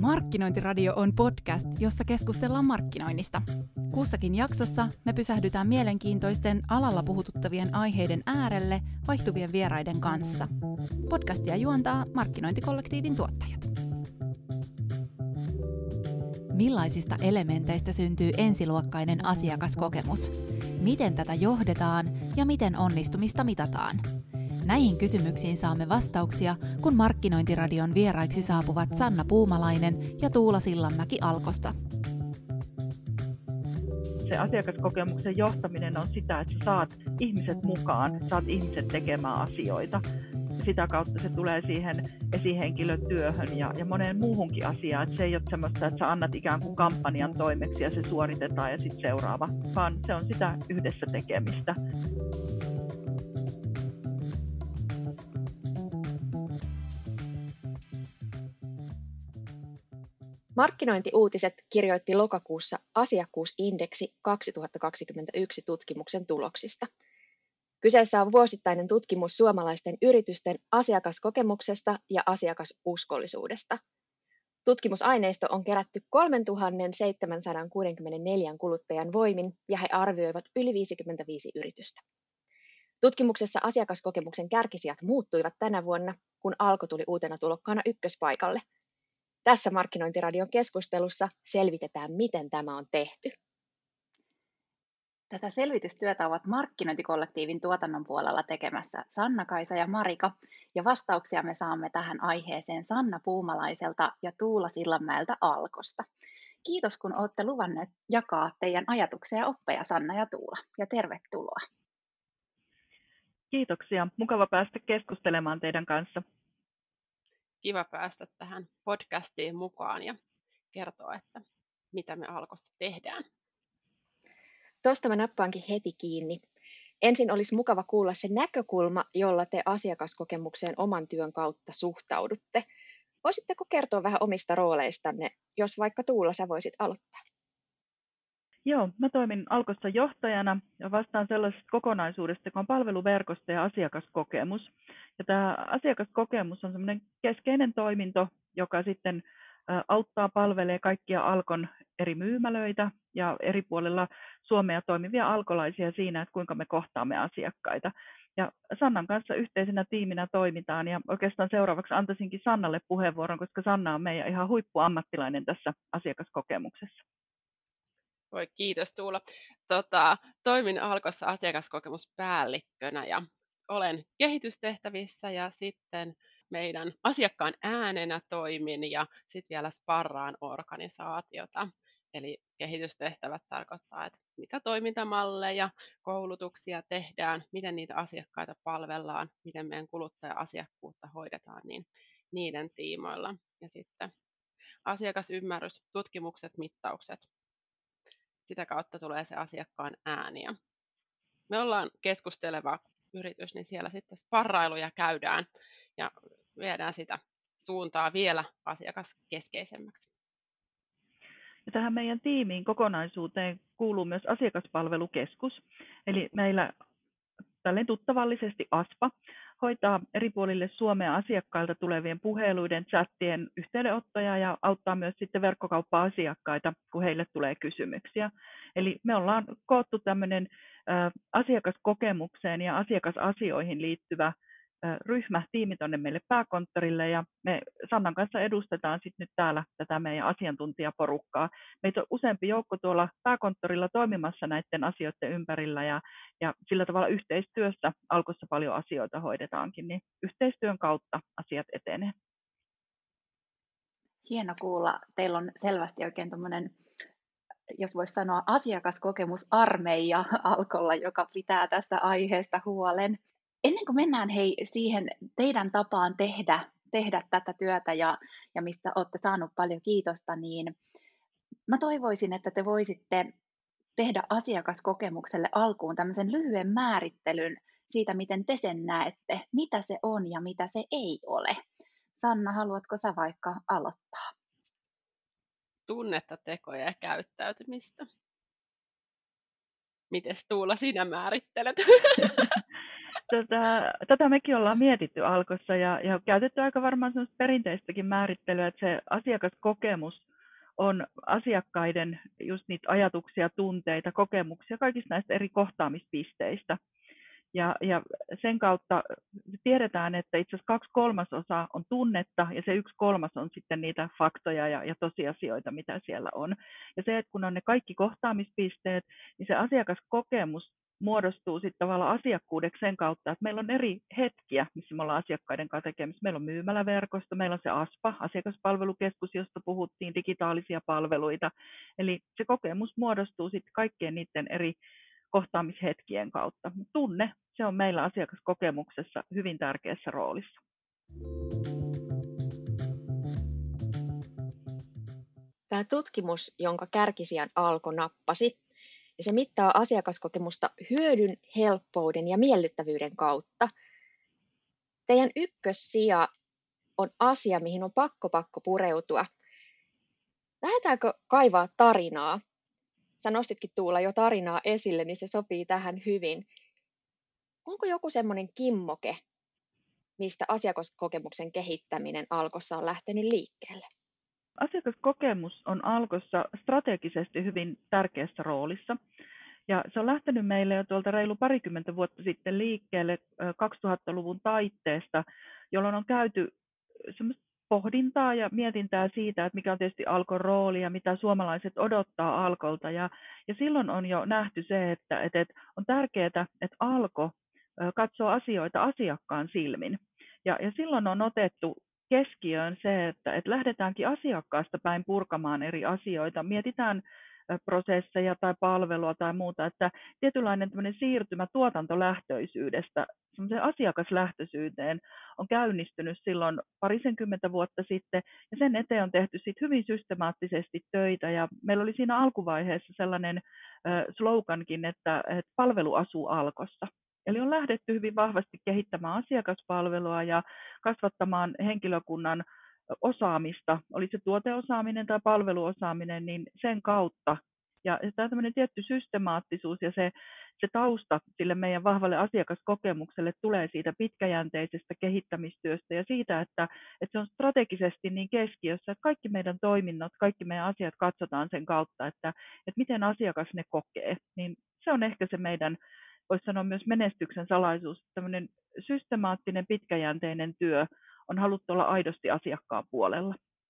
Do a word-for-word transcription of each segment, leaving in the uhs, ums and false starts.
Markkinointiradio on podcast, jossa keskustellaan markkinoinnista. Kussakin jaksossa me pysähdytään mielenkiintoisten alalla puhututtavien aiheiden äärelle vaihtuvien vieraiden kanssa. Podcastia juontaa Markkinointikollektiivin tuottajat. Millaisista elementeistä syntyy ensiluokkainen asiakaskokemus? Miten tätä johdetaan ja miten onnistumista mitataan? Näihin kysymyksiin saamme vastauksia, kun Markkinointiradion vieraiksi saapuvat Sanna Puumalainen ja Tuula Sillanmäki Alkosta. Se asiakaskokemuksen johtaminen on sitä, että sä saat ihmiset mukaan, saat ihmiset tekemään asioita. Sitä kautta se tulee siihen esihenkilötyöhön ja, ja moneen muuhunkin asiaan. Että se ei ole semmoista, että sä annat ikään kuin kampanjan toimeksi ja se suoritetaan ja sitten seuraava, vaan se on sitä yhdessä tekemistä. Markkinointiuutiset kirjoitti lokakuussa Asiakkuusindeksi kaksituhattakaksikymmentäyksi tutkimuksen tuloksista. Kyseessä on vuosittainen tutkimus suomalaisten yritysten asiakaskokemuksesta ja asiakasuskollisuudesta. Tutkimusaineisto on kerätty kolmetuhattaseitsemänsataakuusikymmentäneljä kuluttajan voimin ja he arvioivat yli viisikymmentäviisi yritystä. Tutkimuksessa asiakaskokemuksen kärkisijat muuttuivat tänä vuonna, kun Alko tuli uutena tulokkaana ykköspaikalle. Tässä Markkinointiradion keskustelussa selvitetään, miten tämä on tehty. Tätä selvitystyötä ovat Markkinointikollektiivin tuotannon puolella tekemässä Sanna-Kaisa ja Marika, ja vastauksia me saamme tähän aiheeseen Sanna Puumalaiselta ja Tuula Sillanmäeltä Alkosta. Kiitos, kun olette luvanneet jakaa teidän ajatuksia ja oppeja, Sanna ja Tuula, ja tervetuloa. Kiitoksia. Mukava päästä keskustelemaan teidän kanssa. Kiva päästä tähän podcastiin mukaan ja kertoa, että mitä me Alkossa tehdään. Tuosta mä nappaankin heti kiinni. Ensin olisi mukava kuulla se näkökulma, jolla te asiakaskokemukseen oman työn kautta suhtaudutte. Voisitteko kertoa vähän omista rooleistanne, jos vaikka Tuula sä voisit aloittaa? Joo, mä toimin Alkossa johtajana ja vastaan sellaisesta kokonaisuudesta, joka on palveluverkosto ja asiakaskokemus. Ja tämä asiakaskokemus on semmoinen keskeinen toiminto, joka sitten auttaa, palvelee kaikkia Alkon eri myymälöitä ja eri puolilla Suomea toimivia alkolaisia siinä, että kuinka me kohtaamme asiakkaita. Ja Sannan kanssa yhteisenä tiiminä toimitaan ja oikeastaan seuraavaksi antaisinkin Sannalle puheenvuoron, koska Sanna on meidän ihan huippuammattilainen tässä asiakaskokemuksessa. Voi kiitos Tuula. Tota, toimin Alkossa asiakaskokemuspäällikkönä ja olen kehitystehtävissä ja sitten meidän asiakkaan äänenä toimin ja sitten vielä sparraan organisaatiota. Eli kehitystehtävät tarkoittaa, että mitä toimintamalleja, koulutuksia tehdään, miten niitä asiakkaita palvellaan, miten meidän kuluttaja-asiakkuutta hoidetaan, niin niiden tiimoilla. Ja sitten asiakasymmärrys, tutkimukset, mittaukset. Sitä kautta tulee se asiakkaan ääni. Ja me ollaan keskusteleva yritys, niin siellä sitten sparrailuja käydään ja viedään sitä suuntaa vielä asiakaskeskeisemmäksi. Ja tähän meidän tiimiin kokonaisuuteen kuuluu myös asiakaspalvelukeskus, eli meillä tälleen tuttavallisesti ASPA hoitaa eri puolille Suomea asiakkailta tulevien puheluiden, chattien yhteydenottoja ja auttaa myös sitten verkkokauppa-asiakkaita, kun heille tulee kysymyksiä. Eli me ollaan koottu tämmöinen ä, asiakaskokemukseen ja asiakasasioihin liittyvä ä, ryhmä, tiimi tuonne meille pääkonttorille ja me Sannan kanssa edustetaan sitten nyt täällä tätä meidän asiantuntijaporukkaa. Meitä on useampi joukko tuolla pääkonttorilla toimimassa näiden asioiden ympärillä ja, ja sillä tavalla yhteistyössä Alkossa paljon asioita hoidetaankin, niin yhteistyön kautta asiat etenee. Hieno kuulla. Teillä on selvästi oikein tuommoinen, jos voisi sanoa, asiakaskokemusarmeija Alkolla, joka pitää tästä aiheesta huolen. Ennen kuin mennään hei siihen teidän tapaan tehdä, tehdä tätä työtä ja, ja mistä olette saanut paljon kiitosta, niin mä toivoisin, että te voisitte tehdä asiakaskokemukselle alkuun tämmöisen lyhyen määrittelyn siitä, miten te sen näette, mitä se on ja mitä se ei ole. Sanna, haluatko sä vaikka aloittaa? Tunnetta, tekoja ja käyttäytymistä. Mites Tuula sinä määrittelet? Tätä, tätä mekin ollaan mietitty Alkossa ja, ja käytetty aika varmaan semmoista perinteistäkin määrittelyä, että se asiakaskokemus on asiakkaiden just niitä ajatuksia, tunteita, kokemuksia kaikista näistä eri kohtaamispisteistä. Ja, ja sen kautta tiedetään, että itse asiassa kaksi kolmasosaa on tunnetta ja se yksi kolmas on sitten niitä faktoja ja, ja tosiasioita, mitä siellä on. Ja se, että kun on ne kaikki kohtaamispisteet, niin se asiakaskokemus muodostuu sitten tavallaan asiakkuudeksi sen kautta, että meillä on eri hetkiä, missä me ollaan asiakkaiden kanssa tekemisissä. Meillä on myymäläverkosto, meillä on se ASPA, asiakaspalvelukeskus, josta puhuttiin, digitaalisia palveluita. Eli se kokemus muodostuu sitten kaikkien niiden eri kohtaamishetkien kautta. Tunne, se on meillä asiakaskokemuksessa hyvin tärkeässä roolissa. Tämä tutkimus, jonka Kärkisijan Alko nappasi, ja se mittaa asiakaskokemusta hyödyn, helppouden ja miellyttävyyden kautta. Teidän ykkössija on asia, mihin on pakko pakko pureutua. Lähdetäänkö kaivaa tarinaa? Sä nostitkin Tuula jo tarinaa esille, niin se sopii tähän hyvin. Onko joku semmoinen kimmoke, mistä asiakaskokemuksen kehittäminen Alkossa on lähtenyt liikkeelle? Asiakaskokemus on Alkossa strategisesti hyvin tärkeässä roolissa. Ja se on lähtenyt meille jo tuolta reilu parikymmentä vuotta sitten liikkeelle kaksituhattaluvun taitteesta, jolloin on käyty semmoista pohdintaa ja mietintää siitä, että mikä on tietysti Alkon rooli ja mitä suomalaiset odottaa Alkolta. Ja, ja silloin on jo nähty se, että, että, että on tärkeää, että Alko katsoo asioita asiakkaan silmin. Ja, ja silloin on otettu keskiöön se, että, että lähdetäänkin asiakkaasta päin purkamaan eri asioita. Mietitään prosesseja tai palvelua tai muuta, että tietynlainen siirtymä tuotantolähtöisyydestä semmoiseen asiakaslähtöisyyteen on käynnistynyt silloin parisenkymmentä vuotta sitten, ja sen eteen on tehty sit hyvin systemaattisesti töitä, ja meillä oli siinä alkuvaiheessa sellainen äh, slogankin, että, että palvelu asuu Alkossa. Eli on lähdetty hyvin vahvasti kehittämään asiakaspalvelua ja kasvattamaan henkilökunnan osaamista, oli se tuoteosaaminen tai palveluosaaminen, niin sen kautta. Ja tämä tämmöinen tietty systemaattisuus ja se, se tausta sille meidän vahvalle asiakaskokemukselle tulee siitä pitkäjänteisestä kehittämistyöstä ja siitä, että, että se on strategisesti niin keskiössä, että kaikki meidän toiminnot, kaikki meidän asiat katsotaan sen kautta, että, että miten asiakas ne kokee. Niin se on ehkä se meidän, voisi sanoa myös menestyksen salaisuus, tämmöinen systemaattinen pitkäjänteinen työ, on haluttu olla aidosti asiakkaan puolella.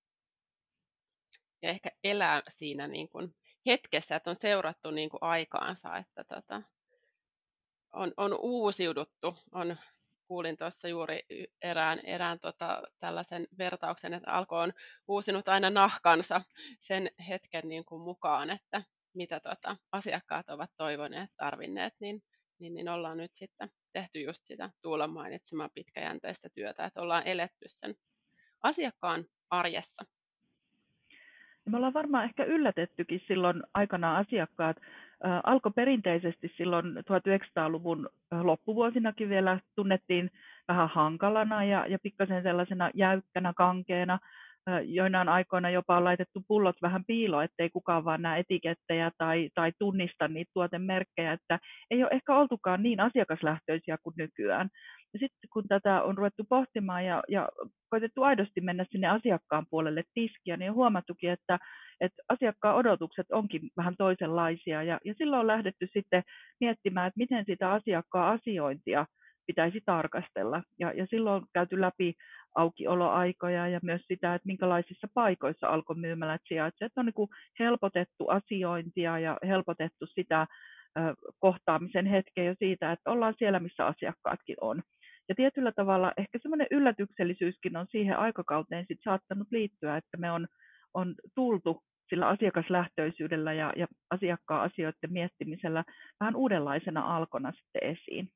Ja ehkä elää siinä niin kuin hetkessä, että on seurattu niin kuin aikaansa, että tota, on, on uusiuduttu. On, kuulin tuossa juuri erään, erään tota, tällaisen vertauksen, että Alko on uusinut aina nahkansa sen hetken niin kuin mukaan, että mitä tota, asiakkaat ovat toivoneet, tarvinneet, niin, niin, niin ollaan nyt sitten tehty just sitä Tuulan mainitsemaa pitkäjänteistä työtä, että ollaan eletty sen asiakkaan arjessa. Me ollaan varmaan ehkä yllätettykin silloin aikanaan asiakkaat. Alko perinteisesti silloin tuhatyhdeksänsataaluvun loppuvuosinakin vielä tunnettiin vähän hankalana ja, ja pikkasen sellaisena jäykkänä, kankeena. Joinain aikoina jopa on laitettu pullot vähän piiloon, ettei kukaan vaan näe etikettejä tai, tai tunnista niitä tuotemerkkejä, että ei ole ehkä oltukaan niin asiakaslähtöisiä kuin nykyään. Ja sitten kun tätä on ruvettu pohtimaan ja, ja koitettu aidosti mennä sinne asiakkaan puolelle tiskiä, niin on huomattukin, että, että asiakkaan odotukset onkin vähän toisenlaisia. Ja, ja silloin on lähdetty sitten miettimään, että miten sitä asiakkaan asiointia pitäisi tarkastella. Ja, ja silloin on käyty läpi aukioloaikoja ja myös sitä, että minkälaisissa paikoissa Alkon myymälät sijaitsevat. Että on niin kuin helpotettu asiointia ja helpotettu sitä ö, kohtaamisen hetkeä jo siitä, että ollaan siellä, missä asiakkaatkin on. Ja tietyllä tavalla ehkä semmoinen yllätyksellisyyskin on siihen aikakauteen sit saattanut liittyä, että me on, on tultu sillä asiakaslähtöisyydellä ja, ja asiakkaan asioiden miettimisellä vähän uudenlaisena Alkona sitten esiin.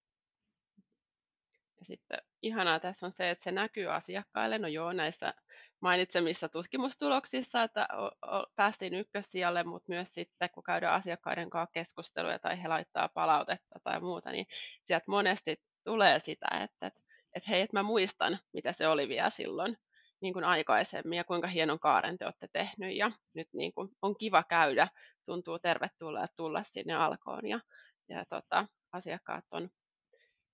Ja sitten ihanaa tässä on se, että se näkyy asiakkaille. No joo, näissä mainitsemissa tutkimustuloksissa, että päästiin ykkössijalle, mutta myös sitten, kun käydään asiakkaiden kanssa keskusteluja tai he laittaa palautetta tai muuta, niin sieltä monesti tulee sitä, että, että, että hei, että mä muistan, mitä se oli vielä silloin niin kuin aikaisemmin ja kuinka hienon kaaren te olette tehnyt ja nyt niin kuin on kiva käydä, tuntuu tervetulleelta tulla sinne Alkoon ja, ja tota, asiakkaat on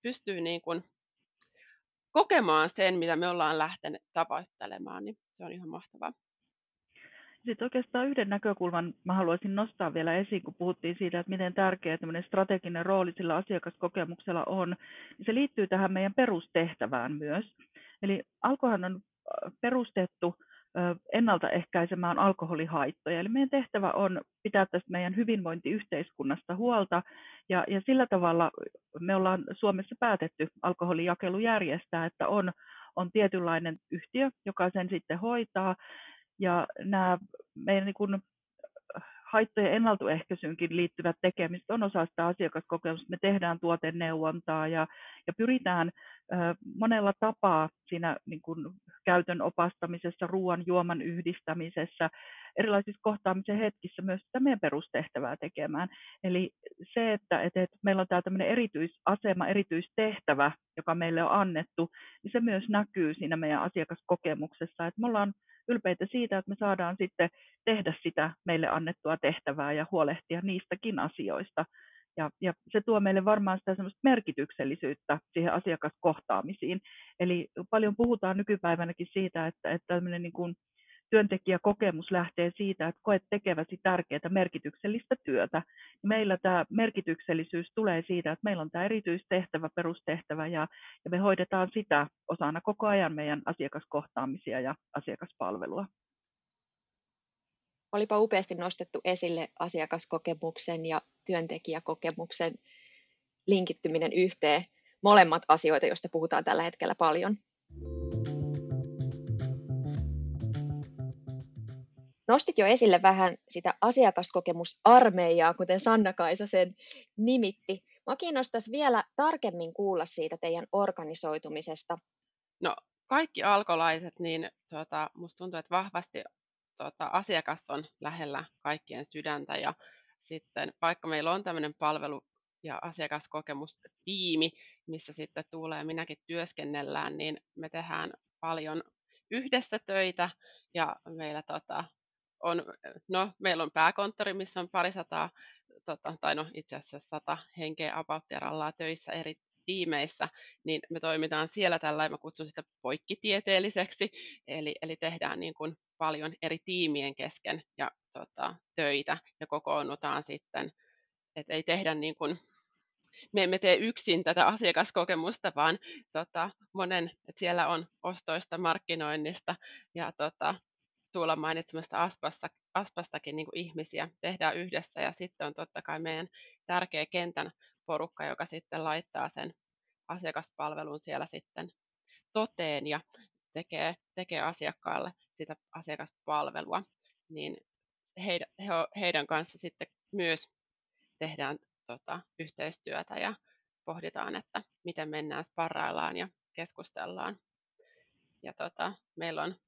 pystyy niin kuin kokemaan sen, mitä me ollaan lähteneet tavoittelemaan, niin se on ihan mahtavaa. Sitten oikeastaan yhden näkökulman mä haluaisin nostaa vielä esiin, kun puhuttiin siitä, että miten tärkeä tämmöinen strateginen rooli sillä asiakaskokemuksella on. Se liittyy tähän meidän perustehtävään myös. Eli Alkohan on perustettu ennaltaehkäisemään alkoholihaittoja. Eli meidän tehtävä on pitää tästä meidän hyvinvointiyhteiskunnasta huolta, ja, ja sillä tavalla me ollaan Suomessa päätetty alkoholijakelu järjestää, että on, on tietynlainen yhtiö, joka sen sitten hoitaa, ja nämä meidän niin kuin haittojen ennaltaehkäisyynkin liittyvät tekemiset on osa sitä asiakaskokemusta. Me tehdään tuoteneuvontaa ja, ja pyritään ö, monella tapaa siinä niin kuin käytön opastamisessa, ruoan juoman yhdistämisessä, erilaisissa kohtaamisen hetkissä myös sitä meidän perustehtävää tekemään. Eli se, että, että, että meillä on tämä tämmöinen erityisasema, erityistehtävä, joka meille on annettu, niin se myös näkyy siinä meidän asiakaskokemuksessa, että me ollaan ylpeitä siitä, että me saadaan sitten tehdä sitä meille annettua tehtävää ja huolehtia niistäkin asioista. Ja, ja se tuo meille varmaan sitä semmoista merkityksellisyyttä siihen asiakaskohtaamisiin. Eli paljon puhutaan nykypäivänäkin siitä, että, että tämmöinen niin kuin työntekijäkokemus lähtee siitä, että koet tekeväsi tärkeää merkityksellistä työtä. Meillä tämä merkityksellisyys tulee siitä, että meillä on tämä erityistehtävä, perustehtävä, ja, ja me hoidetaan sitä osana koko ajan meidän asiakaskohtaamisia ja asiakaspalvelua. Olipa upeasti nostettu esille asiakaskokemuksen ja työntekijäkokemuksen linkittyminen yhteen. Molemmat asioita, joista puhutaan tällä hetkellä paljon. Nostit jo esille vähän sitä asiakaskokemusarmeijaa, kuten Sanna-Kaisa sen nimitti. Mua kiinnostaisi vielä tarkemmin kuulla siitä teidän organisoitumisesta. No, kaikki alkolaiset, niin tuota, musta tuntuu, että vahvasti tuota, asiakas on lähellä kaikkien sydäntä. Ja sitten vaikka meillä on tämmöinen palvelu- ja asiakaskokemustiimi, missä sitten tulee minäkin työskennellään, niin me tehdään paljon yhdessä töitä ja meillä tota, on, no, meillä on pääkonttori, missä on parisataa, tota, tai no itse asiassa sata henkeä about rallaa töissä eri tiimeissä, niin me toimitaan siellä tällä, mä kutsun sitä poikkitieteelliseksi, eli, eli tehdään niin kuin paljon eri tiimien kesken ja tota, töitä ja kokoonnutaan sitten, että ei tehdä niin kuin, me emme tee yksin tätä asiakaskokemusta, vaan tota, monen, että siellä on ostoista, markkinoinnista ja tota, Tuula mainitsemasta Aspasta, Aspastakin niin kuin ihmisiä tehdään yhdessä, ja sitten on totta kai meidän tärkeä kentän porukka, joka sitten laittaa sen asiakaspalvelun siellä sitten toteen ja tekee, tekee asiakkaalle sitä asiakaspalvelua, niin heidän, he, heidän kanssa sitten myös tehdään tota, yhteistyötä ja pohditaan, että miten mennään, sparraillaan ja keskustellaan. Ja tota, meillä on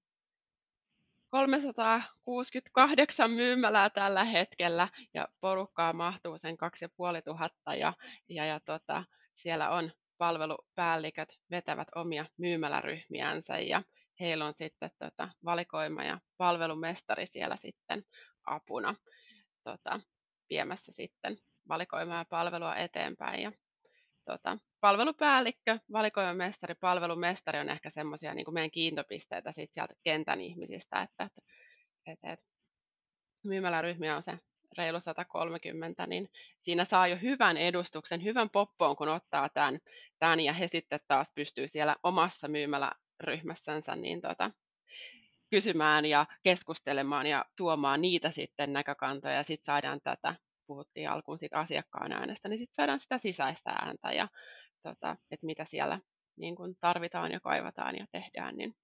kolmesataakuusikymmentäkahdeksan myymälää tällä hetkellä ja porukkaa mahtuu sen kaksituhattaviisisataa ja, ja, ja tota, siellä on palvelupäälliköt vetävät omia myymäläryhmiänsä ja heillä on sitten tota, valikoima ja palvelumestari siellä sitten apuna tota, viemässä sitten valikoimaa ja palvelua eteenpäin. Ja, tota, palvelupäällikkö, valikoimamestari, palvelumestari on ehkä semmoisia niin kuin meidän kiintopisteitä sit sieltä kentän ihmisistä, että, että, että, että myymäläryhmiä on se reilu sata kolmekymmentä, niin siinä saa jo hyvän edustuksen, hyvän poppoon, kun ottaa tämän, tämän ja he sitten taas pystyy siellä omassa myymäläryhmässänsä niin tota, kysymään ja keskustelemaan ja tuomaan niitä sitten näkökantoja ja sitten saadaan tätä, puhuttiin alkuun siitä asiakkaan äänestä, niin sitten saadaan sitä sisäistä ääntä ja tota, että mitä siellä niin kun tarvitaan ja kaivataan ja tehdään. Niin.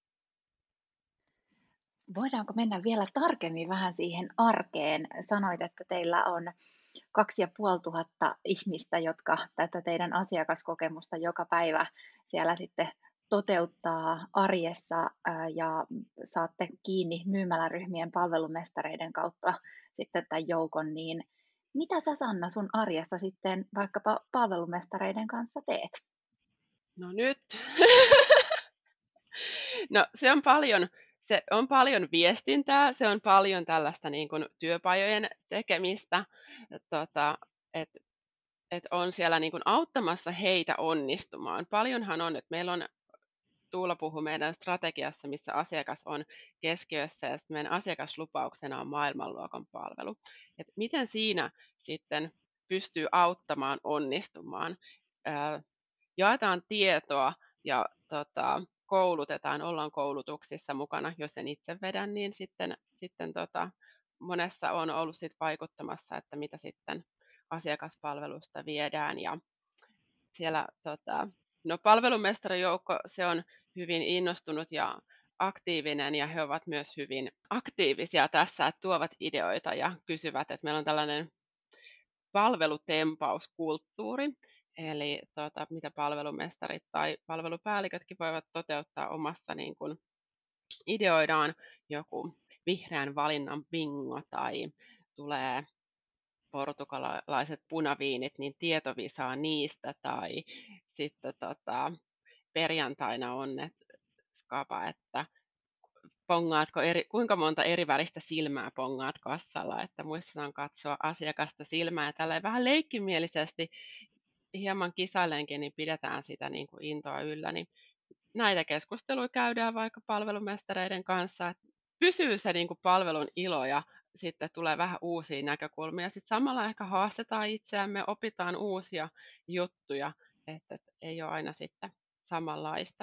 Voidaanko mennä vielä tarkemmin vähän siihen arkeen? Sanoit, että teillä on kaksi ja puoli tuhatta ihmistä, jotka tätä teidän asiakaskokemusta joka päivä siellä sitten toteuttaa arjessa ja saatte kiinni myymäläryhmien palvelumestareiden kautta sitten tämän joukon, niin mitä sä, Sanna, sun arjessa sitten vaikkapa palvelumestareiden kanssa teet? No nyt. No se on paljon, se on paljon viestintää, se on paljon tällaista niin kuin työpajojen tekemistä, tota, että että on siellä niin kuin auttamassa heitä onnistumaan. Paljonhan on, että meillä on, Tuula puhui meidän strategiassa, missä asiakas on keskiössä ja sitten meidän asiakaslupauksena on maailmanluokan palvelu. Et miten siinä sitten pystyy auttamaan onnistumaan? Ää, jaetaan tietoa ja tota, koulutetaan, ollaan koulutuksissa mukana. Jos en itse vedän, niin sitten, sitten tota, monessa on ollut sit vaikuttamassa, että mitä sitten asiakaspalvelusta viedään. Ja siellä tota, no, palvelumestarijoukko, se on hyvin innostunut ja aktiivinen ja he ovat myös hyvin aktiivisia tässä, että tuovat ideoita ja kysyvät, että meillä on tällainen palvelutempauskulttuuri, eli tota, mitä palvelumestarit tai palvelupäällikötkin voivat toteuttaa omassa, niin kuin ideoidaan joku vihreän valinnan bingo tai tulee portugalilaiset punaviinit, niin tietovisaa niistä, tai sitten tota, perjantaina on et, skapa, että pongaatko eri, kuinka monta eri väristä silmää pongaat kassalla, että muistetaan katsoa asiakasta silmää ja tällä vähän leikkimielisesti hieman kisaillenkin, niin pidetään sitä niin kuin intoa yllä, niin näitä keskusteluja käydään vaikka palvelumestareiden kanssa, että pysyy se niin kuin palvelun ilo ja sitten tulee vähän uusia näkökulmia. Sitten samalla ehkä haastetaan itseämme, opitaan uusia juttuja, että ei ole aina sitten samanlaista.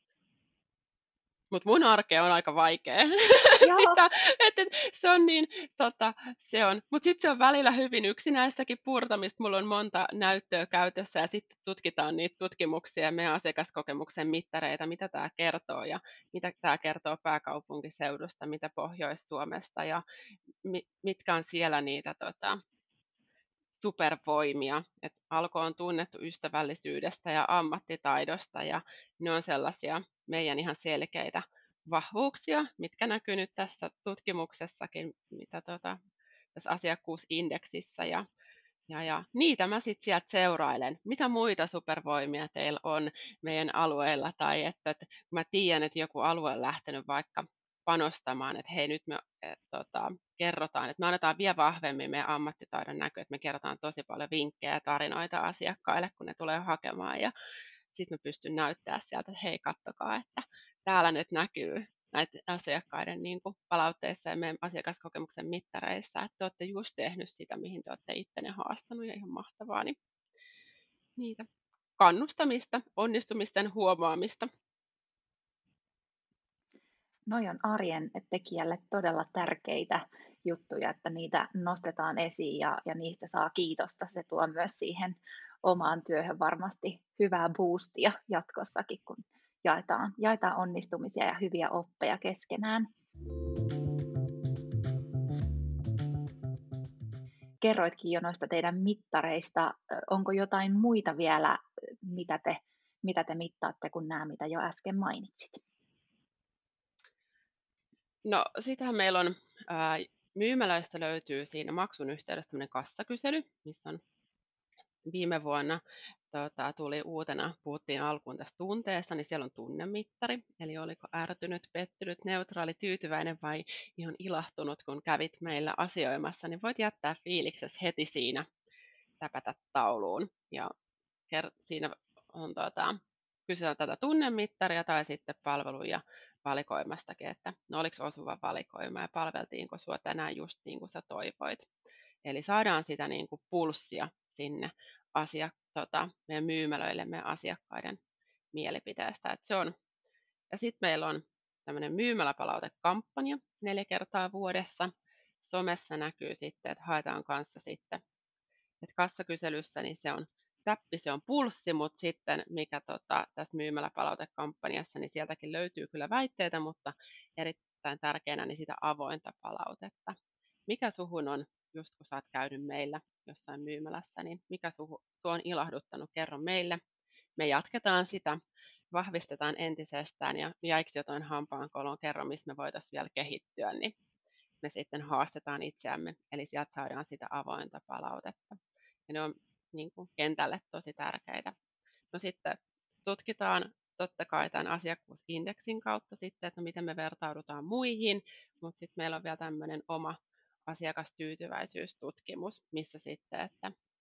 Mutta mun arkea on aika vaikea. Sitä, että se on niin, tota, se on. Mutta sitten se on välillä hyvin yksinäistäkin purtamista. Mulla on monta näyttöä käytössä ja sitten tutkitaan niitä tutkimuksia ja meidän asiakaskokemuksen mittareita, mitä tämä kertoo ja mitä tämä kertoo pääkaupunkiseudusta, mitä Pohjois-Suomesta ja mi, mitkä on siellä niitä tota, supervoimia. Et Alko on tunnettu ystävällisyydestä ja ammattitaidosta ja ne on sellaisia meidän ihan selkeitä vahvuuksia, mitkä näkyy nyt tässä tutkimuksessakin, mitä tota, tässä asiakkuusindeksissä ja, ja, ja niitä mä sitten sieltä seurailen. Mitä muita supervoimia teillä on meidän alueella tai että, että mä tiedän, että joku alue on lähtenyt vaikka panostamaan, että hei nyt me et, tota, kerrotaan, että me annetaan vielä vahvemmin meidän ammattitaidon näkyy, että me kerrotaan tosi paljon vinkkejä ja tarinoita asiakkaille, kun ne tulee hakemaan ja sitten me pystyn näyttämään sieltä, että hei kattokaa, että täällä nyt näkyy näitä asiakkaiden niin kuin palautteissa ja meidän asiakaskokemuksen mittareissa, että te olette just tehnyt sitä, mihin te olette ittenne haastanut ja ihan mahtavaa, niin niitä kannustamista, onnistumisten huomaamista. Noi on arjen tekijälle todella tärkeitä juttuja, että niitä nostetaan esiin ja, ja niistä saa kiitosta. Se tuo myös siihen omaan työhön varmasti hyvää boostia jatkossakin, kun jaetaan, jaetaan onnistumisia ja hyviä oppeja keskenään. Kerroitkin jo noista teidän mittareista. Onko jotain muita vielä, mitä te, mitä te mittaatte, kuin nämä, mitä jo äsken mainitsit? No, sitähän meillä on, ää, myymälöistä löytyy siinä maksun yhteydessä tämmöinen kassakysely, missä on viime vuonna tota, tuli uutena, puhuttiin alkuun tästä tunteesta, niin siellä on tunnemittari, eli oliko ärtynyt, pettynyt, neutraali, tyytyväinen vai ihan ilahtunut, kun kävit meillä asioimassa, niin voit jättää fiiliksesi heti siinä, täpätä tauluun. Ja siinä on tota, kysytään tätä tunnemittaria tai sitten palvelu- ja valikoimastakin, että no oliko osuva valikoima ja palveltiinko sinua tänään just niin kuin sä toivoit. Eli saadaan sitä niin kuin pulssia sinne asia, tota, meidän myymälöille, meidän asiakkaiden mielipiteestä. Että se on. Ja sitten meillä on tämmöinen myymäläpalautekampanja neljä kertaa vuodessa. Somessa näkyy sitten, että haetaan kanssa sitten, että kassakyselyssä niin se on täppi, se on pulssi, mutta sitten mikä tota, tässä myymäläpalautekampanjassa, niin sieltäkin löytyy kyllä väitteitä, mutta erittäin tärkeänä niin sitä avointa palautetta. Mikä suhun on, just kun sä oot käynyt meillä jossain myymälässä, niin mikä suhu, sua on ilahduttanut, kerro meille. Me jatketaan sitä, vahvistetaan entisestään ja jäikö jotain hampaankoloon, kerro, missä me voitaisiin vielä kehittyä, niin me sitten haastetaan itseämme, eli sieltä saadaan sitä avointa palautetta. Ja ne on niin kuin kentälle tosi tärkeitä. No sitten tutkitaan totta kai tämän asiakkuusindeksin kautta sitten, että no miten me vertaudutaan muihin, mutta sitten meillä on vielä tämmöinen oma asiakastyytyväisyystutkimus, missä sitten, että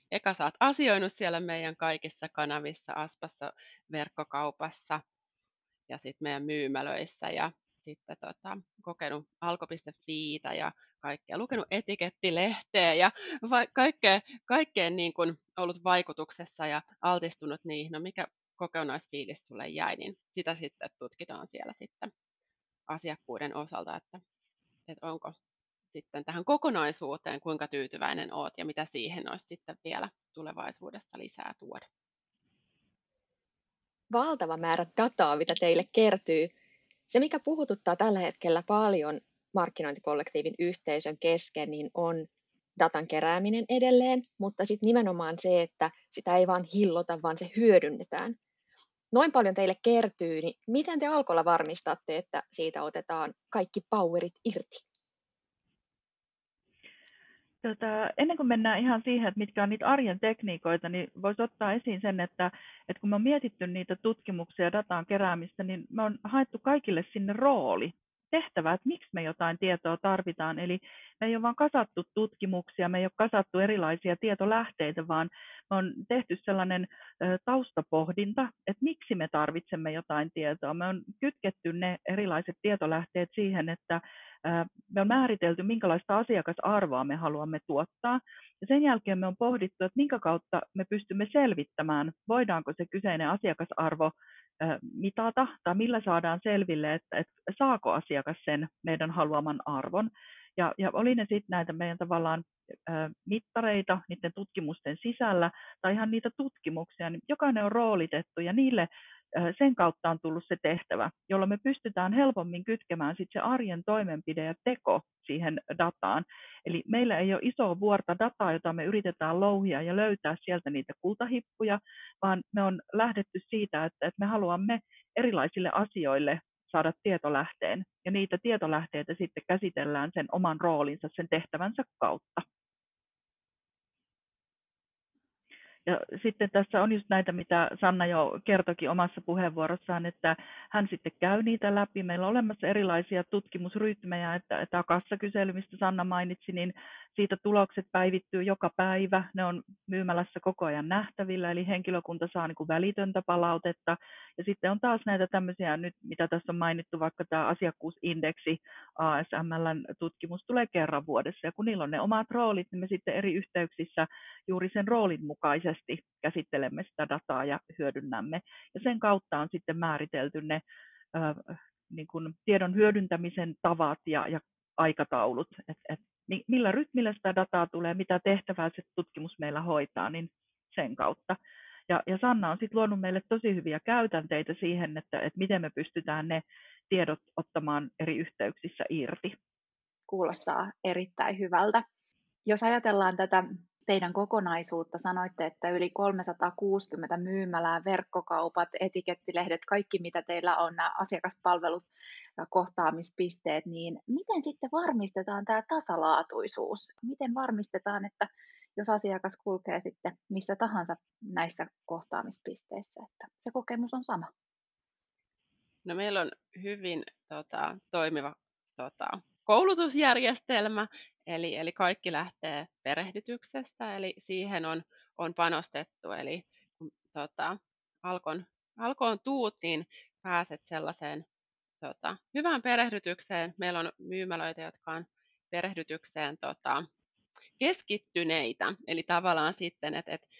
eka sä oot asioinut siellä meidän kaikissa kanavissa, Aspassa, verkkokaupassa ja sitten meidän myymälöissä ja sitten tota, kokenut alko piste fiitä ja kaikkea, lukenut etikettilehteä ja va- kaikkea, kaikkeen niin kuin ollut vaikutuksessa ja altistunut niihin, no mikä kokonaisfiilis sulle jäi, niin sitä sitten tutkitaan siellä sitten asiakkuuden osalta, että, että onko sitten tähän kokonaisuuteen, kuinka tyytyväinen oot ja mitä siihen olisi sitten vielä tulevaisuudessa lisää tuoda. Valtava määrä dataa, mitä teille kertyy. Se, mikä puhututtaa tällä hetkellä paljon markkinointikollektiivin yhteisön kesken, niin on datan kerääminen edelleen, mutta sitten nimenomaan se, että sitä ei vaan hillota, vaan se hyödynnetään. Noin paljon teille kertyy, niin miten te Alkolla varmistatte, että siitä otetaan kaikki powerit irti? Tota, ennen kuin mennään ihan siihen, että mitkä on niitä arjen tekniikoita, niin voisi ottaa esiin sen, että, että kun me on mietitty niitä tutkimuksia ja datan keräämistä, niin me on haettu kaikille sinne rooli, tehtävä, että miksi me jotain tietoa tarvitaan. Eli me ei ole vain kasattu tutkimuksia, me ei ole kasattu erilaisia tietolähteitä, vaan me on tehty sellainen ö, taustapohdinta, että miksi me tarvitsemme jotain tietoa. Me on kytketty ne erilaiset tietolähteet siihen, että me on määritelty, minkälaista asiakasarvoa me haluamme tuottaa. Ja sen jälkeen me on pohdittu, että minkä kautta me pystymme selvittämään, voidaanko se kyseinen asiakasarvo mitata, tai millä saadaan selville, että, että saako asiakas sen meidän haluaman arvon. Ja, ja oli ne sitten näitä meidän tavallaan mittareita niiden tutkimusten sisällä, tai ihan niitä tutkimuksia, niin jokainen on roolitettu, ja niille sen kautta on tullut se tehtävä, jolla me pystytään helpommin kytkemään sit se arjen toimenpide ja teko siihen dataan. Eli meillä ei ole isoa vuorta dataa, jota me yritetään louhia ja löytää sieltä niitä kultahippuja, vaan me on lähdetty siitä, että, että me haluamme erilaisille asioille saada tietolähteen, ja niitä tietolähteitä sitten käsitellään sen oman roolinsa, sen tehtävänsä kautta. Ja sitten tässä on just näitä, mitä Sanna jo kertoikin omassa puheenvuorossaan, että hän sitten käy niitä läpi. Meillä on olemassa erilaisia tutkimusrytmejä, että tämä kassakysely, mistä Sanna mainitsi, niin siitä tulokset päivittyy joka päivä. Ne on myymälässä koko ajan nähtävillä, eli henkilökunta saa niin kuin välitöntä palautetta. Ja sitten on taas näitä tämmöisiä, nyt mitä tässä on mainittu, vaikka tämä asiakkuusindeksi, A S M L-tutkimus tulee kerran vuodessa. Ja kun niillä on ne omat roolit, niin me sitten eri yhteyksissä juuri sen roolin mukaisesti käsittelemme sitä dataa ja hyödynnämme. Ja sen kautta on sitten määritelty ne äh, niin kuin tiedon hyödyntämisen tavat ja, ja aikataulut, että et, millä rytmillä sitä dataa tulee, mitä tehtävää se tutkimus meillä hoitaa, niin sen kautta. Ja, ja Sanna on sitten luonut meille tosi hyviä käytänteitä siihen, että, että miten me pystytään ne tiedot ottamaan eri yhteyksissä irti. Kuulostaa erittäin hyvältä. Jos ajatellaan tätä teidän kokonaisuutta, sanoitte, että yli kolmesataakuusikymmentä myymälää, verkkokaupat, etikettilehdet, kaikki mitä teillä on, nämä asiakaspalvelut ja kohtaamispisteet, niin miten sitten varmistetaan tämä tasalaatuisuus? Miten varmistetaan, että jos asiakas kulkee sitten missä tahansa näissä kohtaamispisteissä, että se kokemus on sama? No meillä on hyvin tota, toimiva tota, koulutusjärjestelmä, eli, eli kaikki lähtee perehdytyksestä, eli siihen on, on panostettu, eli kun tota, Alkon, Alkoon tuut, niin pääset sellaiseen tota, hyvään perehdytykseen. Meillä on myymälöitä, jotka on perehdytykseen tota, keskittyneitä, eli tavallaan sitten, että et,